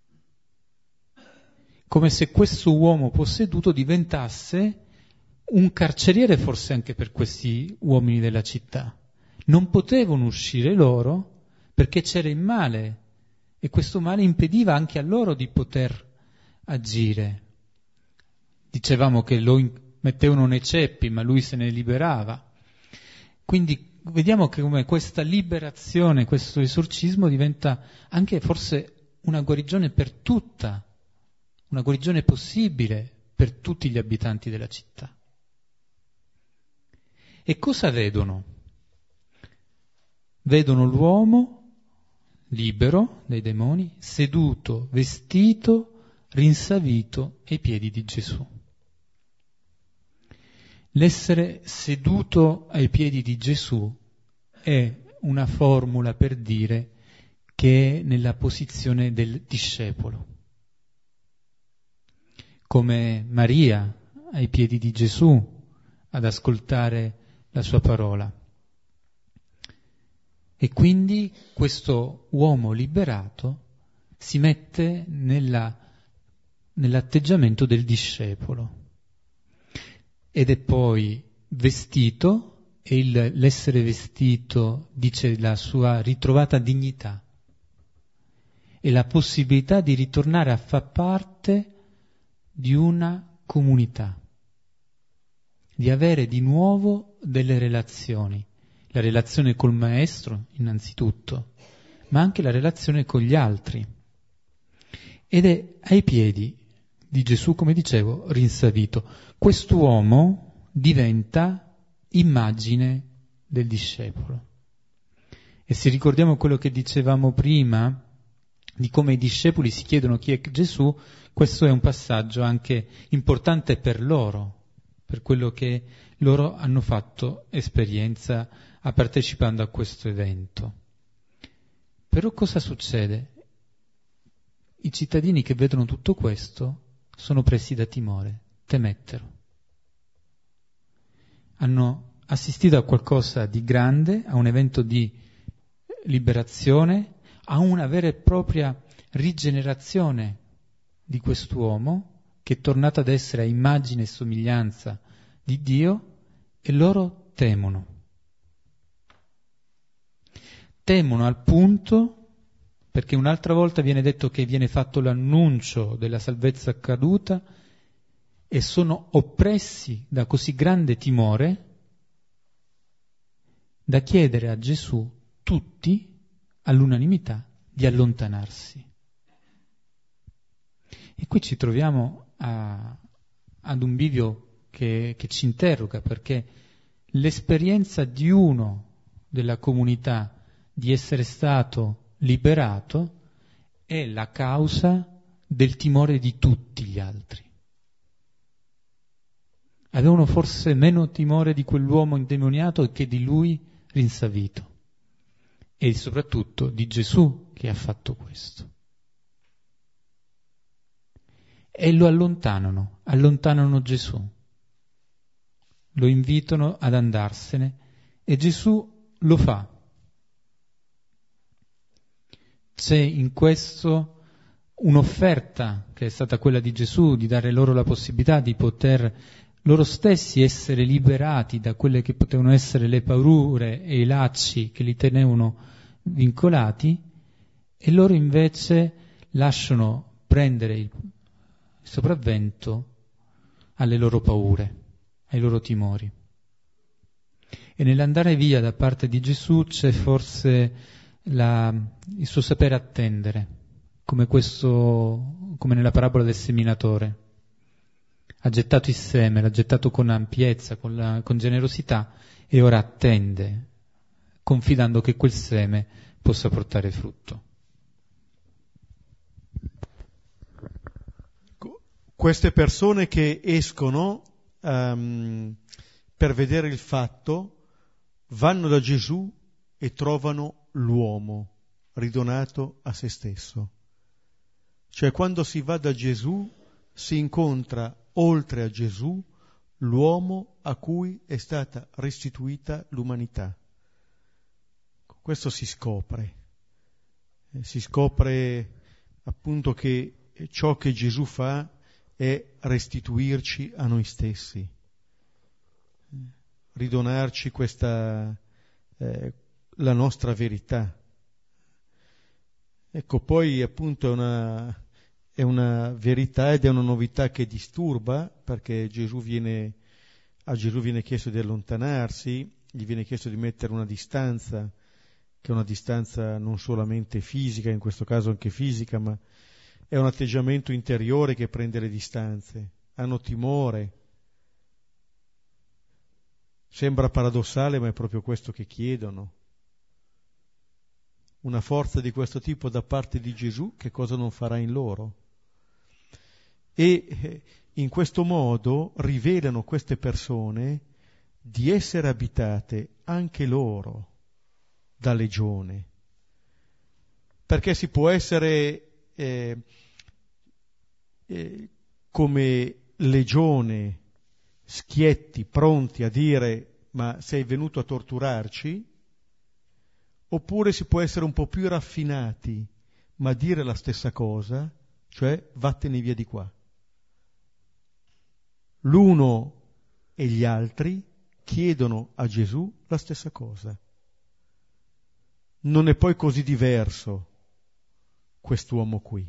Come se questo uomo posseduto diventasse un carceriere forse anche per questi uomini della città. Non potevano uscire loro perché c'era il male e questo male impediva anche a loro di poter agire. Dicevamo che lo mettevano nei ceppi, ma lui se ne liberava. Quindi vediamo che come questa liberazione, questo esorcismo diventa anche forse una guarigione per tutta, una guarigione possibile per tutti gli abitanti della città. E cosa vedono? Vedono l'uomo libero dai demoni, seduto, vestito, rinsavito ai piedi di Gesù. L'essere seduto ai piedi di Gesù è una formula per dire che è nella posizione del discepolo. Come Maria ai piedi di Gesù ad ascoltare la sua parola. E quindi questo uomo liberato si mette nell'atteggiamento del discepolo ed è poi vestito, e l'essere vestito dice la sua ritrovata dignità e la possibilità di ritornare a far parte di una comunità, di avere di nuovo delle relazioni. La relazione col maestro, innanzitutto, ma anche la relazione con gli altri. Ed è ai piedi di Gesù, come dicevo, rinsavito. Quest'uomo diventa immagine del discepolo. E se ricordiamo quello che dicevamo prima, di come i discepoli si chiedono chi è Gesù, questo è un passaggio anche importante per loro, per quello che loro hanno fatto esperienza partecipando a questo evento. Però cosa succede? I cittadini che vedono tutto questo sono presi da timore, temettero. hanno assistito a qualcosa di grande, a un evento di liberazione, a una vera e propria rigenerazione di quest'uomo che è tornato ad essere a immagine e somiglianza di Dio, e loro temono. Temono al punto, perché un'altra volta viene detto che viene fatto l'annuncio della salvezza accaduta, e sono oppressi da così grande timore da chiedere a Gesù, tutti, all'unanimità, di allontanarsi. E qui ci troviamo ad un bivio che ci interroga, perché l'esperienza di uno della comunità di essere stato liberato è la causa del timore di tutti gli altri. Avevano forse meno timore di quell'uomo indemoniato che di lui rinsavito, e soprattutto di Gesù che ha fatto questo. E lo allontanano Gesù, lo invitano ad andarsene, e Gesù lo fa. C'è in questo un'offerta che è stata quella di Gesù, di dare loro la possibilità di poter loro stessi essere liberati da quelle che potevano essere le paure e i lacci che li tenevano vincolati, e loro invece lasciano prendere il sopravvento alle loro paure, ai loro timori. E nell'andare via da parte di Gesù c'è forse il suo sapere attendere, come nella parabola del seminatore. Ha gettato il seme, l'ha gettato con ampiezza, con generosità, e ora attende, confidando che quel seme possa portare frutto. Queste persone che escono per vedere il fatto vanno da Gesù e trovano l'uomo ridonato a se stesso. Cioè, quando si va da Gesù si incontra oltre a Gesù l'uomo a cui è stata restituita l'umanità. Questo si scopre appunto che ciò che Gesù fa è restituirci a noi stessi, ridonarci la nostra verità. Ecco, poi appunto è una verità ed è una novità che disturba, perché a Gesù viene chiesto di allontanarsi, gli viene chiesto di mettere una distanza, che è una distanza non solamente fisica, in questo caso anche fisica, ma è un atteggiamento interiore che prende le distanze. Hanno timore. Sembra paradossale, ma è proprio questo che chiedono. Una forza di questo tipo da parte di Gesù, che cosa non farà in loro? E in questo modo rivelano queste persone di essere abitate anche loro da legione, perché si può essere come legione, schietti, pronti a dire ma sei venuto a torturarci, oppure si può essere un po' più raffinati ma dire la stessa cosa, cioè vattene via di qua. L'uno e gli altri chiedono a Gesù la stessa cosa. Non è poi così diverso quest'uomo qui.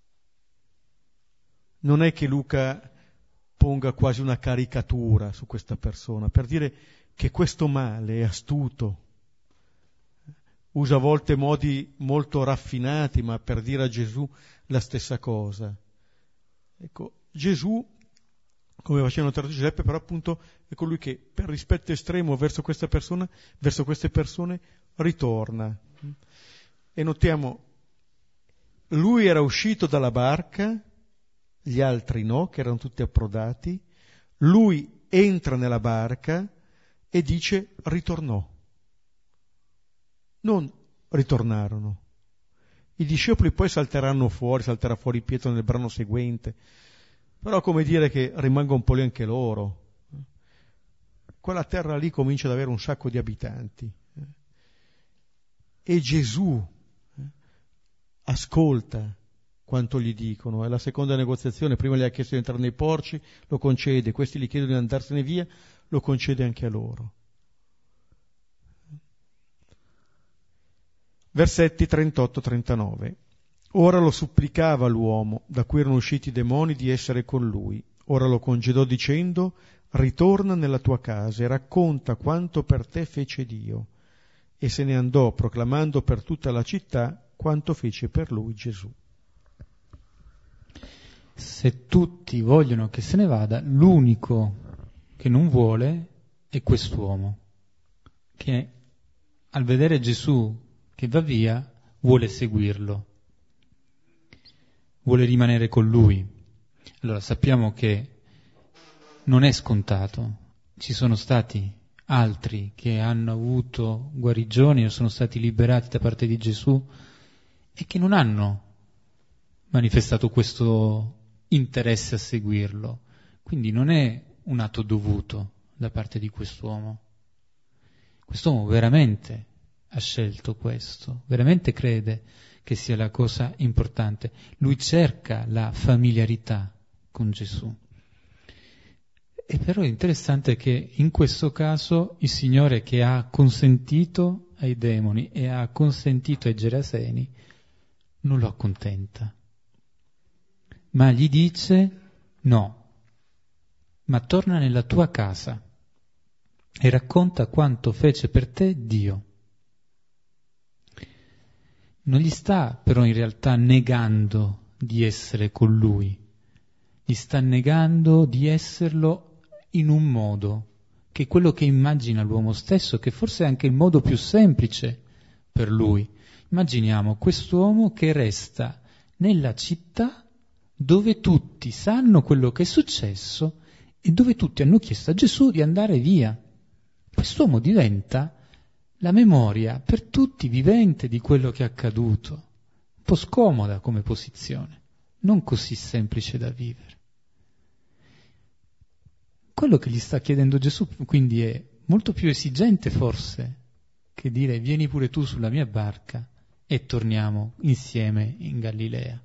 Non è che Luca ponga quasi una caricatura su questa persona per dire che questo male è astuto, usa a volte modi molto raffinati, ma per dire a Gesù la stessa cosa. Ecco, Gesù, come faceva notare Giuseppe, però appunto è colui che per rispetto estremo verso questa persona, verso queste persone, ritorna. E notiamo, lui era uscito dalla barca, gli altri no, che erano tutti approdati, lui entra nella barca e dice ritornò. Non ritornarono. I discepoli poi salterà fuori Pietro nel brano seguente, però come dire che rimanga un po' lì anche loro. quella terra lì comincia ad avere un sacco di abitanti. E Gesù ascolta quanto gli dicono. È la seconda negoziazione, prima gli ha chiesto di entrare nei porci, lo concede, questi gli chiedono di andarsene via, lo concede anche a loro. Versetti 38-39. Ora lo supplicava l'uomo, da cui erano usciti i demoni, di essere con lui. Ora lo congedò dicendo: ritorna nella tua casa e racconta quanto per te fece Dio. E se ne andò proclamando per tutta la città quanto fece per lui Gesù. Se tutti vogliono che se ne vada, l'unico che non vuole è quest'uomo, che al vedere Gesù che va via vuole seguirlo, vuole rimanere con lui. Allora sappiamo che non è scontato, ci sono stati altri che hanno avuto guarigioni o sono stati liberati da parte di Gesù e che non hanno manifestato questo interesse a seguirlo. Quindi non è un atto dovuto da parte di quest'uomo. Quest'uomo veramente ha scelto questo, veramente crede che sia la cosa importante. Lui cerca la familiarità con Gesù. E però è interessante che in questo caso il Signore, che ha consentito ai demoni e ha consentito ai Geraseni, non lo accontenta, ma gli dice: no, ma torna nella tua casa e racconta quanto fece per te Dio. Non gli sta però in realtà negando di essere con lui, gli sta negando di esserlo in un modo che è quello che immagina l'uomo stesso, che forse è anche il modo più semplice per lui. Immaginiamo quest'uomo che resta nella città dove tutti sanno quello che è successo e dove tutti hanno chiesto a Gesù di andare via. Quest'uomo diventa la memoria per tutti vivente di quello che è accaduto. Un po' scomoda come posizione, non così semplice da vivere. Quello che gli sta chiedendo Gesù quindi è molto più esigente forse che dire: vieni pure tu sulla mia barca e torniamo insieme in Galilea.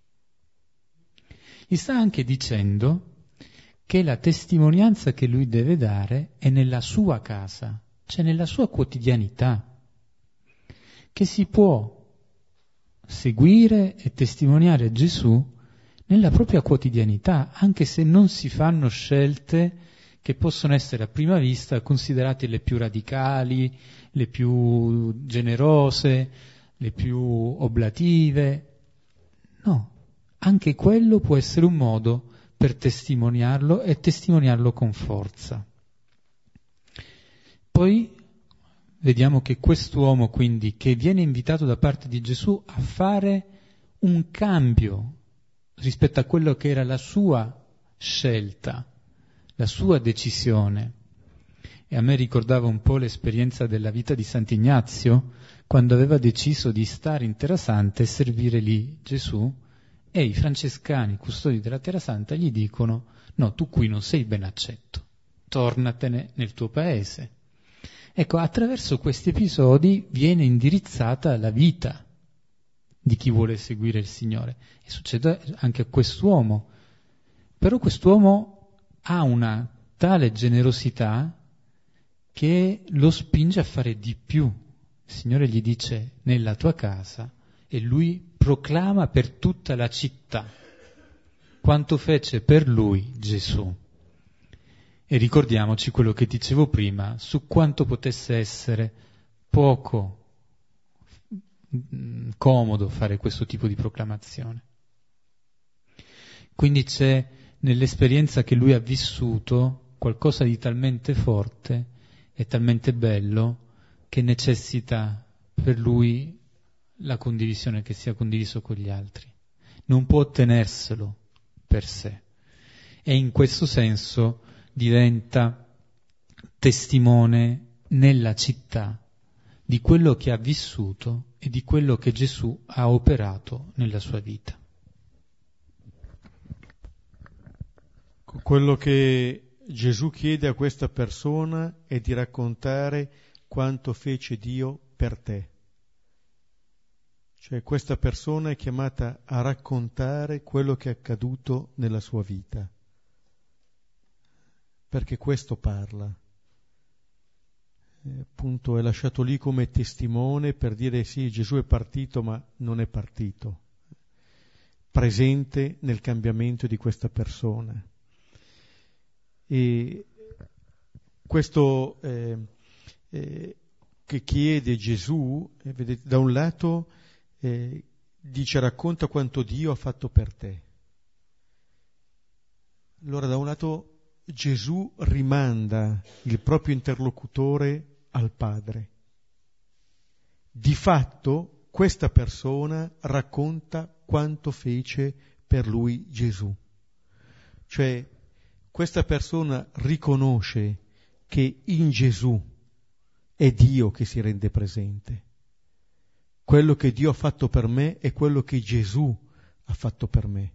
Gli sta anche dicendo che la testimonianza che lui deve dare è nella sua casa, cioè nella sua quotidianità, che si può seguire e testimoniare Gesù nella propria quotidianità, anche se non si fanno scelte che possono essere a prima vista considerate le più radicali, le più generose, le più oblative. No, anche quello può essere un modo per testimoniarlo e testimoniarlo con forza. Poi vediamo che quest'uomo quindi, che viene invitato da parte di Gesù a fare un cambio rispetto a quello che era la sua scelta, la sua decisione. E a me ricordava un po' l'esperienza della vita di Sant'Ignazio, quando aveva deciso di stare in Terra Santa e servire lì Gesù, e i francescani, custodi della Terra Santa, gli dicono: no, tu qui non sei ben accetto, tornatene nel tuo paese. Ecco, attraverso questi episodi viene indirizzata la vita di chi vuole seguire il Signore. E succede anche a quest'uomo. Però quest'uomo ha una tale generosità che lo spinge a fare di più. Il Signore gli dice: nella tua casa, e lui proclama per tutta la città quanto fece per lui Gesù. E ricordiamoci quello che dicevo prima su quanto potesse essere poco comodo fare questo tipo di proclamazione. Quindi c'è nell'esperienza che lui ha vissuto qualcosa di talmente forte e talmente bello che necessita per lui la condivisione, che sia condiviso con gli altri. Non può tenerselo per sé. E in questo senso diventa testimone nella città di quello che ha vissuto e di quello che Gesù ha operato nella sua vita. Quello che Gesù chiede a questa persona è di raccontare quanto fece Dio per te. Cioè questa persona è chiamata a raccontare quello che è accaduto nella sua vita, perché questo parla. Appunto è lasciato lì come testimone per dire sì, Gesù è partito ma non è partito, presente nel cambiamento di questa persona. E questo che chiede Gesù, vedete, da un lato dice racconta quanto Dio ha fatto per te. Allora da un lato Gesù rimanda il proprio interlocutore al Padre. Di fatto questa persona racconta quanto fece per lui Gesù. Cioè questa persona riconosce che in Gesù è Dio che si rende presente. Quello che Dio ha fatto per me è quello che Gesù ha fatto per me.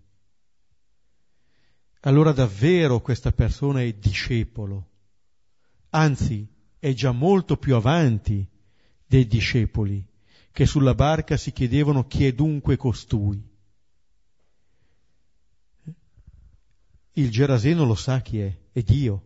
Allora davvero questa persona è discepolo, anzi è già molto più avanti dei discepoli che sulla barca si chiedevano chi è dunque costui. Il Geraseno lo sa chi è Dio.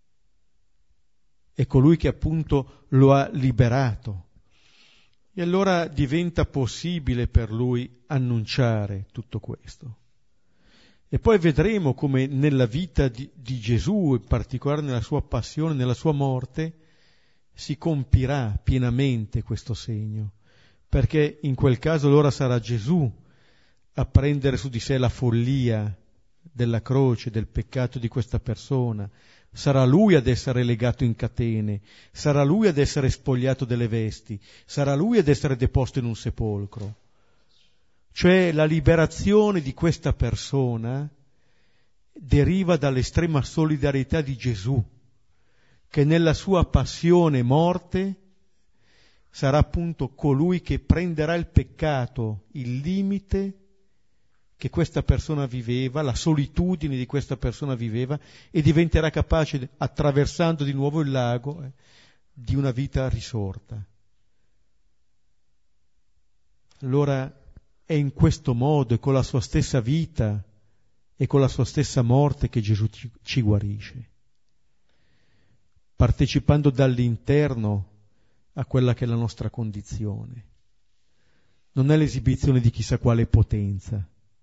È colui che appunto lo ha liberato. E allora diventa possibile per lui annunciare tutto questo. E poi vedremo come nella vita di Gesù, in particolare nella sua passione, nella sua morte, si compirà pienamente questo segno, perché in quel caso allora sarà Gesù a prendere su di sé la follia della croce, del peccato di questa persona, sarà lui ad essere legato in catene, sarà lui ad essere spogliato delle vesti, sarà lui ad essere deposto in un sepolcro. Cioè la liberazione di questa persona deriva dall'estrema solidarietà di Gesù, che nella sua passione e morte sarà appunto colui che prenderà il peccato, il limite che questa persona viveva, la solitudine di questa persona viveva, e diventerà capace, attraversando di nuovo il lago, di una vita risorta. Allora è in questo modo e con la sua stessa vita e con la sua stessa morte che Gesù ci guarisce, partecipando dall'interno a quella che è la nostra condizione. Non è l'esibizione di chissà quale potenza,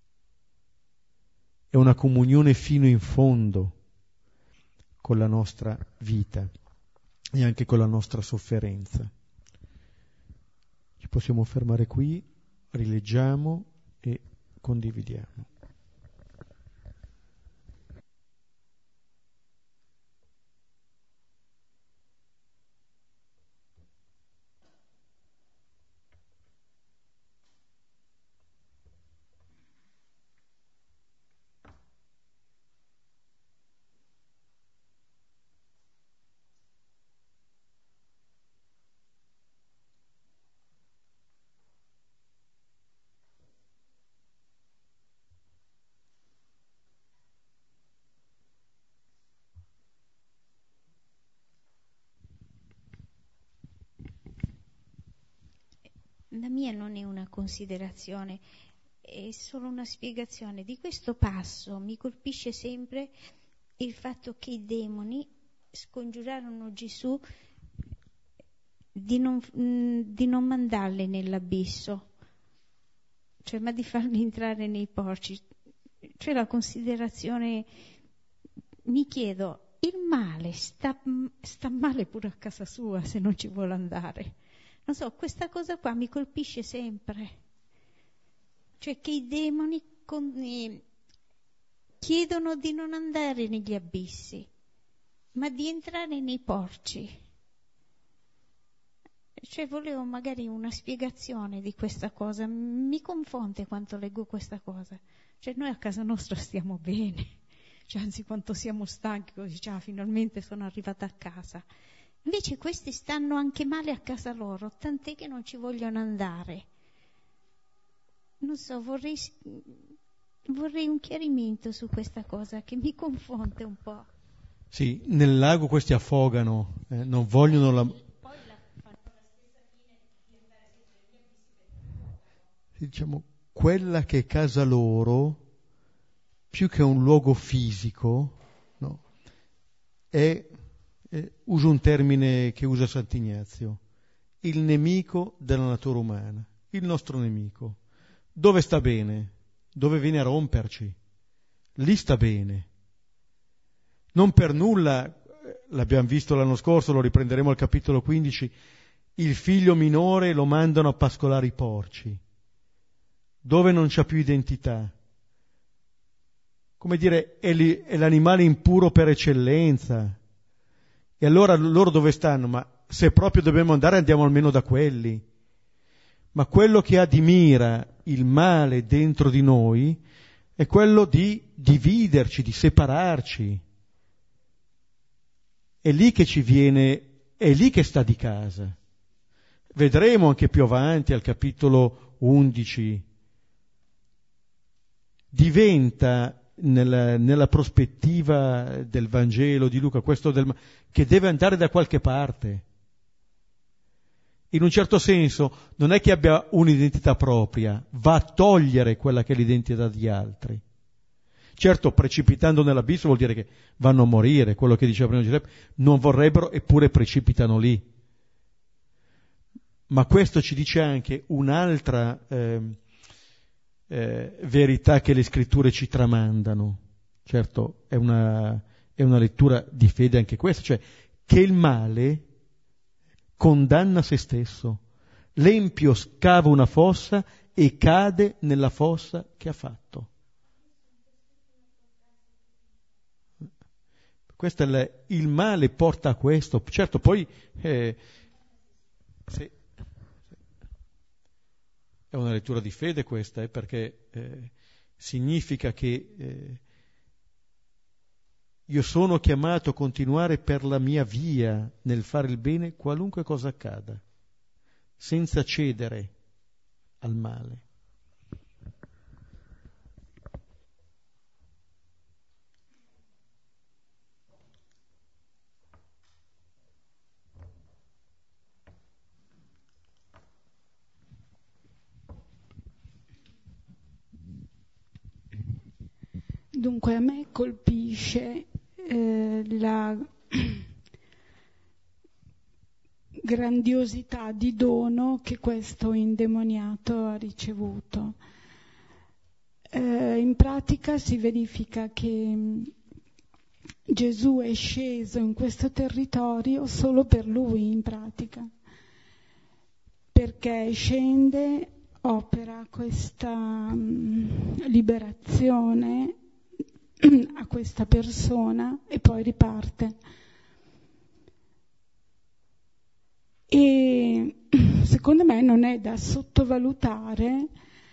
è una comunione fino in fondo con la nostra vita e anche con la nostra sofferenza. Ci possiamo fermare qui, rileggiamo e condividiamo. La mia non è una considerazione, è solo una spiegazione. Di questo passo mi colpisce sempre il fatto che i demoni scongiurarono Gesù di non mandarli nell'abisso, cioè ma di farli entrare nei porci. Cioè la considerazione, mi chiedo, il male sta male pure a casa sua se non ci vuole andare. Non so, questa cosa qua mi colpisce sempre. Cioè che i demoni chiedono di non andare negli abissi, ma di entrare nei porci. Cioè volevo magari una spiegazione di questa cosa. Mi confonde quando leggo questa cosa. Cioè noi a casa nostra stiamo bene. Cioè, anzi quanto siamo stanchi, così finalmente sono arrivata a casa. Invece questi stanno anche male a casa loro, tant'è che non ci vogliono andare. Non so, vorrei un chiarimento su questa cosa che mi confonde un po'. Sì, nel lago questi affogano, non vogliono la... Diciamo, quella che è casa loro, più che un luogo fisico, no, uso un termine che usa Sant'Ignazio, il nemico della natura umana, il nostro nemico. Dove sta bene? Dove viene a romperci? Lì sta bene. Non per nulla, l'abbiamo visto l'anno scorso, lo riprenderemo al capitolo 15, il figlio minore lo mandano a pascolare i porci, dove non c'ha più identità. Come dire, è l'animale impuro per eccellenza. E allora loro dove stanno? Ma se proprio dobbiamo andare, andiamo almeno da quelli. Ma quello che ha di mira il male dentro di noi è quello di dividerci, di separarci. È lì che ci viene, è lì che sta di casa. Vedremo anche più avanti, al capitolo 11, diventa nella prospettiva del Vangelo di Luca, questo che deve andare da qualche parte. In un certo senso non è che abbia un'identità propria, va a togliere quella che è l'identità di altri. Certo, precipitando nell'abisso vuol dire che vanno a morire, quello che diceva prima Giuseppe, non vorrebbero eppure precipitano lì. Ma questo ci dice anche un'altra verità che le scritture ci tramandano. Certo, è una lettura di fede anche questa, cioè che il male condanna se stesso. L'empio scava una fossa e cade nella fossa che ha fatto. Questo il male porta a questo. Certo, poi sì, è una lettura di fede questa, perché significa che io sono chiamato a continuare per la mia via nel fare il bene qualunque cosa accada, senza cedere al male. Dunque a me colpisce la grandiosità di dono che questo indemoniato ha ricevuto. In pratica si verifica che Gesù è sceso in questo territorio solo per lui, in pratica, perché scende, opera questa liberazione a questa persona e poi riparte. E secondo me non è da sottovalutare,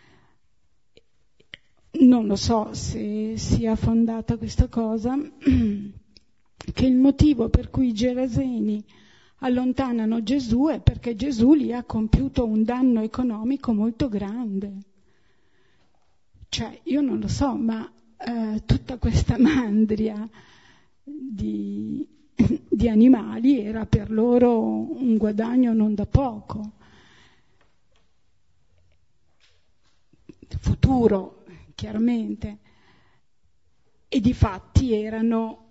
non lo so se sia fondata questa cosa, che il motivo per cui i Geraseni allontanano Gesù è perché Gesù gli ha compiuto un danno economico molto grande. Cioè, io non lo so, ma tutta questa mandria di animali era per loro un guadagno non da poco. Futuro, chiaramente. E difatti erano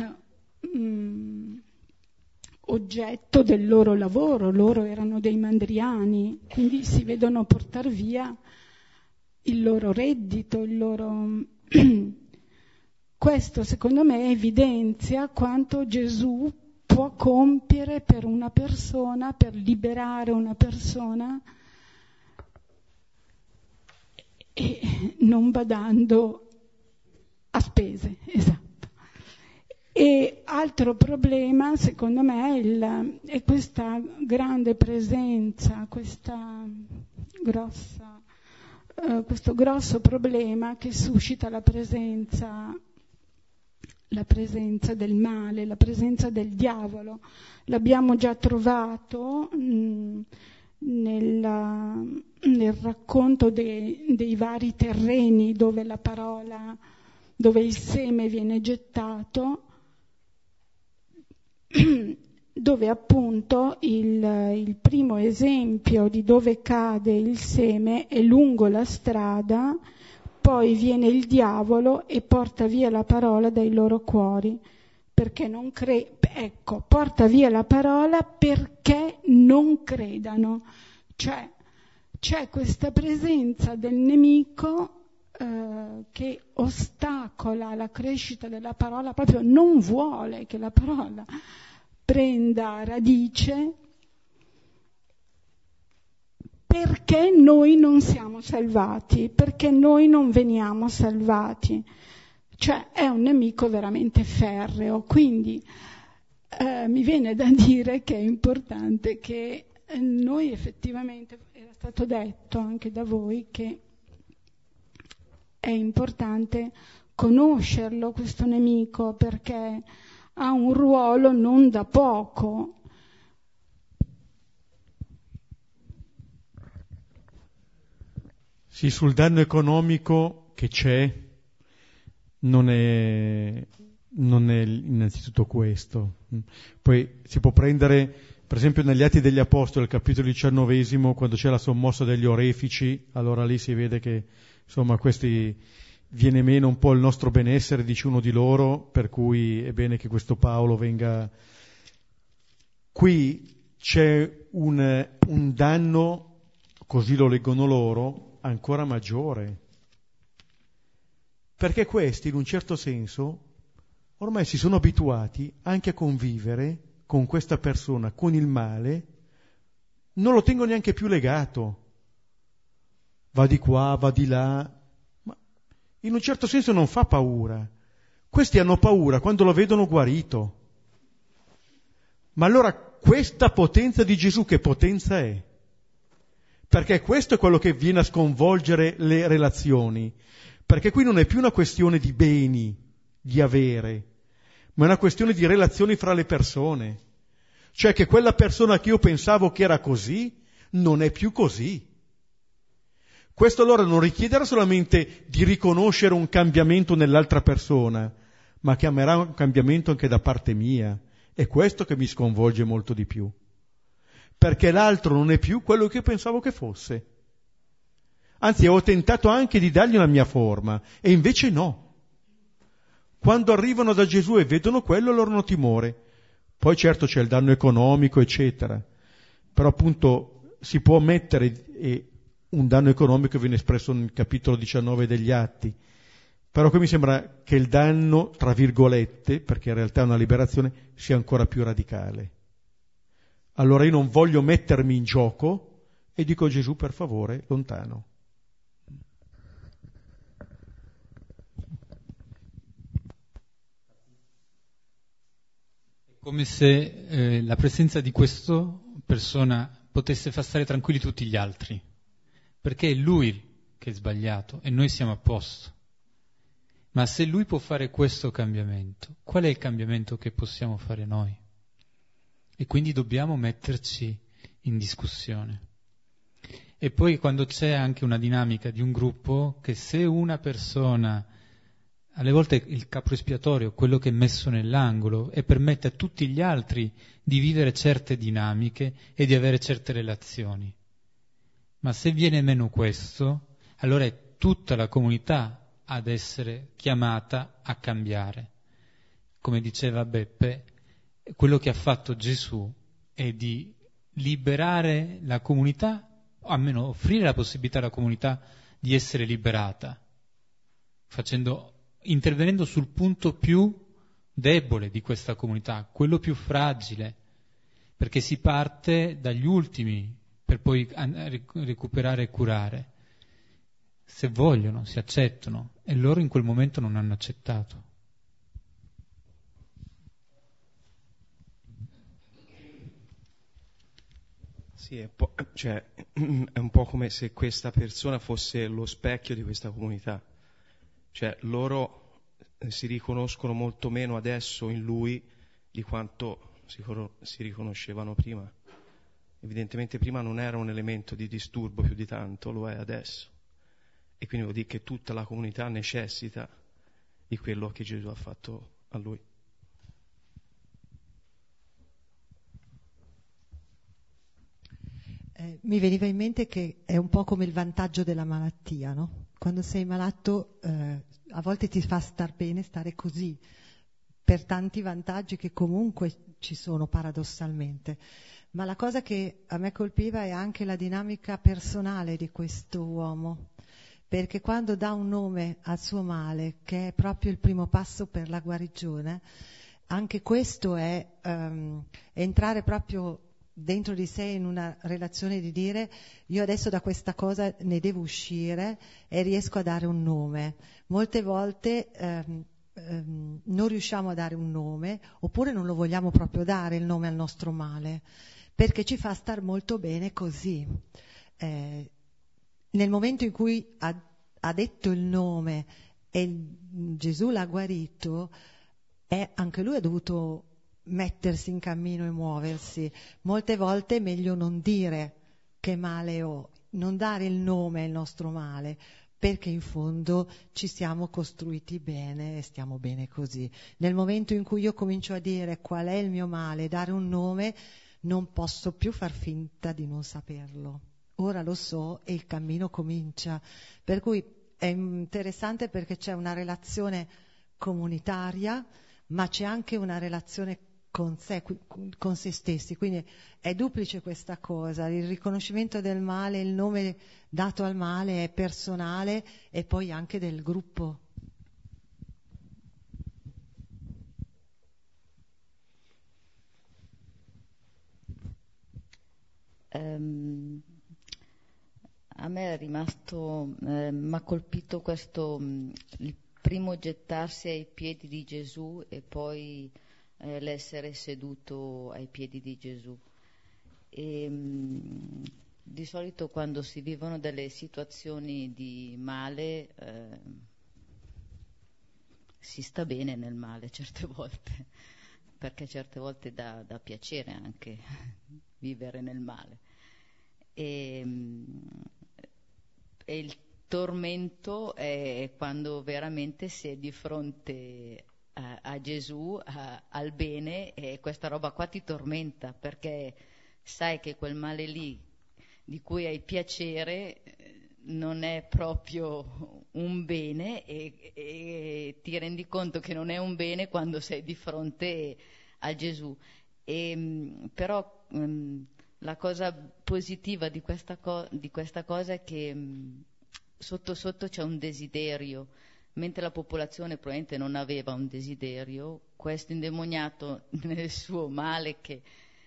oggetto del loro lavoro, loro erano dei mandriani, quindi si vedono portar via il loro reddito, il loro... Questo secondo me evidenzia quanto Gesù può compiere per una persona, per liberare una persona, e non badando a spese, esatto. E altro problema secondo me è questa grande presenza, questo grosso problema che suscita la presenza del male, la presenza del diavolo. L'abbiamo già trovato nel racconto dei vari terreni dove la parola, dove il seme viene gettato, dove appunto il primo esempio di dove cade il seme è lungo la strada, poi viene il diavolo e porta via la parola dai loro cuori, perché non porta via la parola perché non credano. Cioè c'è questa presenza del nemico che ostacola la crescita della parola, proprio non vuole che la parola prenda radice, perché noi non siamo salvati, perché noi non veniamo salvati. Cioè è un nemico veramente ferreo, quindi mi viene da dire che è importante che noi effettivamente, era stato detto anche da voi, che è importante conoscerlo questo nemico, perché ha un ruolo non da poco. Sì, sul danno economico che c'è non è innanzitutto questo. Poi si può prendere, per esempio, negli Atti degli Apostoli, al capitolo 19, quando c'è la sommossa degli orefici, allora lì si vede che, insomma, questi viene meno un po' il nostro benessere, dice uno di loro, per cui è bene che questo Paolo venga. Qui c'è un danno, così lo leggono loro, ancora maggiore. Perché questi, in un certo senso, ormai si sono abituati anche a convivere con questa persona, con il male, non lo tengono neanche più legato. Va di qua, va di là, ma in un certo senso non fa paura. Questi hanno paura quando lo vedono guarito. Ma allora questa potenza di Gesù che potenza è? Perché questo è quello che viene a sconvolgere le relazioni. Perché qui non è più una questione di beni, di avere, ma è una questione di relazioni fra le persone. Cioè che quella persona che io pensavo che era così, non è più così. Questo allora non richiederà solamente di riconoscere un cambiamento nell'altra persona, ma chiamerà un cambiamento anche da parte mia. È questo che mi sconvolge molto di più. Perché l'altro non è più quello che io pensavo che fosse. Anzi, ho tentato anche di dargli una mia forma, e invece no. Quando arrivano da Gesù e vedono quello, loro hanno timore. Poi certo c'è il danno economico, eccetera. Però appunto si può mettere, un danno economico viene espresso nel capitolo 19 degli Atti. Però qui mi sembra che il danno, tra virgolette, perché in realtà è una liberazione, sia ancora più radicale. Allora io non voglio mettermi in gioco e dico a Gesù, per favore, lontano. Come se la presenza di questa persona potesse far stare tranquilli tutti gli altri, perché è lui che è sbagliato e noi siamo a posto. Ma se lui può fare questo cambiamento, qual è il cambiamento che possiamo fare noi? E quindi dobbiamo metterci in discussione. E poi quando c'è anche una dinamica di un gruppo, che se una persona, alle volte il capo espiatorio, quello che è messo nell'angolo e permette a tutti gli altri di vivere certe dinamiche e di avere certe relazioni. Ma se viene meno questo, allora è tutta la comunità ad essere chiamata a cambiare. Come diceva Beppe, quello che ha fatto Gesù è di liberare la comunità, o almeno offrire la possibilità alla comunità di essere liberata, intervenendo sul punto più debole di questa comunità, quello più fragile, perché si parte dagli ultimi per poi recuperare e curare. Se vogliono, si accettano, e loro in quel momento non hanno accettato. Sì, è un po' come se questa persona fosse lo specchio di questa comunità. Cioè loro si riconoscono molto meno adesso in lui di quanto si riconoscevano prima. Evidentemente prima non era un elemento di disturbo più di tanto, lo è adesso. E quindi vuol dire che tutta la comunità necessita di quello che Gesù ha fatto a lui. Mi veniva in mente che è un po' come il vantaggio della malattia, no? Quando sei malato a volte ti fa star bene stare così, per tanti vantaggi che comunque ci sono paradossalmente. Ma la cosa che a me colpiva è anche la dinamica personale di questo uomo, perché quando dà un nome al suo male, che è proprio il primo passo per la guarigione, anche questo è entrare proprio dentro di sé in una relazione di dire: io adesso da questa cosa ne devo uscire e riesco a dare un nome. Molte volte non riusciamo a dare un nome, oppure non lo vogliamo proprio dare il nome al nostro male, perché ci fa star molto bene così. Nel momento in cui ha detto il nome e Gesù l'ha guarito, anche lui ha dovuto mettersi in cammino e muoversi. Molte volte è meglio non dire che male ho, non dare il nome al nostro male, perché in fondo ci siamo costruiti bene e stiamo bene così. Nel momento in cui io comincio a dire qual è il mio male, dare un nome, non posso più far finta di non saperlo. Ora lo so e il cammino comincia. Per cui è interessante perché c'è una relazione comunitaria, ma c'è anche una relazione con se stessi, quindi è duplice questa cosa. Il riconoscimento del male, il nome dato al male è personale e poi anche del gruppo. A me è rimasto, m'ha colpito questo, il primo gettarsi ai piedi di Gesù e poi l'essere seduto ai piedi di Gesù. E, di solito quando si vivono delle situazioni di male si sta bene nel male certe volte, perché certe volte dà piacere anche vivere nel male. E il tormento è quando veramente si è di fronte a Gesù, al bene, e questa roba qua ti tormenta, perché sai che quel male lì di cui hai piacere non è proprio un bene, e ti rendi conto che non è un bene quando sei di fronte a Gesù. Però la cosa positiva di questa cosa è che sotto sotto c'è un desiderio. Mentre la popolazione probabilmente non aveva un desiderio, questo indemoniato nel suo male che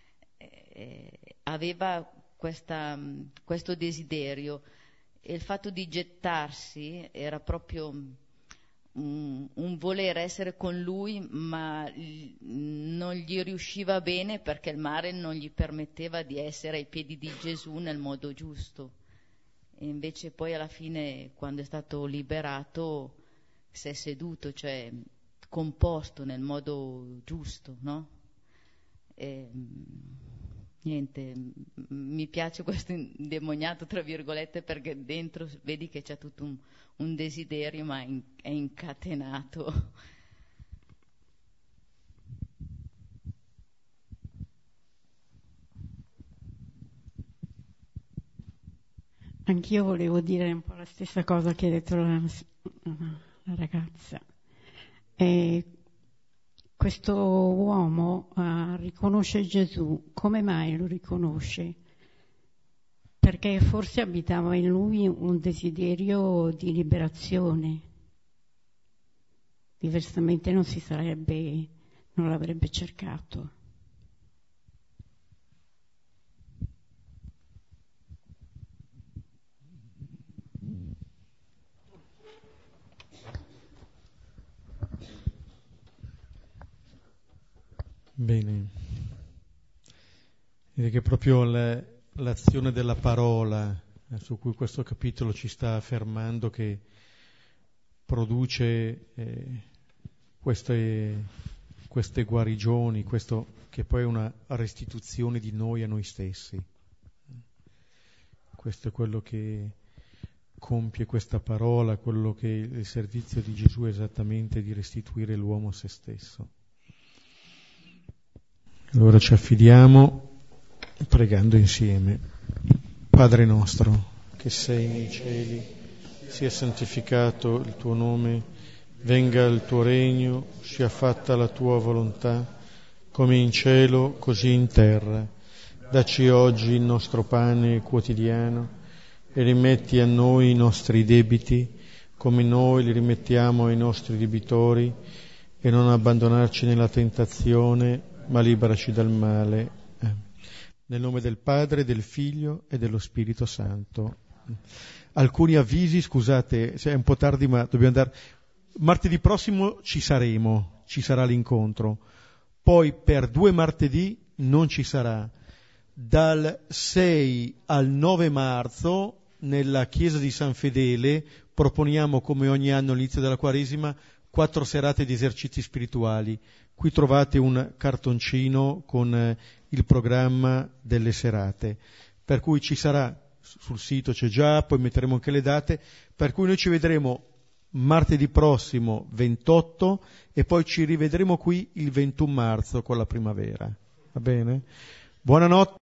aveva questo desiderio, e il fatto di gettarsi era proprio un voler essere con lui, ma non gli riusciva bene perché il mare non gli permetteva di essere ai piedi di Gesù nel modo giusto. E invece poi alla fine, quando è stato liberato, si è seduto, cioè composto nel modo giusto, no? E, niente, mi piace questo indemoniato, tra virgolette, perché dentro vedi che c'è tutto un desiderio, ma è incatenato. Anch'io volevo dire un po' la stessa cosa che ha detto la ragazza. Questo uomo riconosce Gesù. Come mai lo riconosce? Perché forse abitava in lui un desiderio di liberazione. Diversamente non l'avrebbe cercato. Bene, direi che proprio l'azione della parola su cui questo capitolo ci sta affermando, che produce queste guarigioni, questo che poi è una restituzione di noi a noi stessi. Questo è quello che compie questa parola, quello che il servizio di Gesù è esattamente di restituire l'uomo a se stesso. Allora ci affidiamo pregando insieme. Padre nostro, che sei nei cieli, sia santificato il tuo nome, venga il tuo regno, sia fatta la tua volontà, come in cielo, così in terra. Dacci oggi il nostro pane quotidiano e rimetti a noi i nostri debiti, come noi li rimettiamo ai nostri debitori, e non abbandonarci nella tentazione, ma liberaci dal male. Nel nome del Padre, del Figlio e dello Spirito Santo. Alcuni avvisi, scusate, è un po' tardi, ma dobbiamo andare. Martedì prossimo ci sarà l'incontro. Poi per 2 martedì non ci sarà. Dal 6 al 9 marzo nella chiesa di San Fedele proponiamo, come ogni anno all'inizio della Quaresima, 4 serate di esercizi spirituali. Qui trovate un cartoncino con il programma delle serate, per cui ci sarà, sul sito c'è già, poi metteremo anche le date, per cui noi ci vedremo martedì prossimo 28 e poi ci rivedremo qui il 21 marzo con la primavera. Va bene? Buonanotte.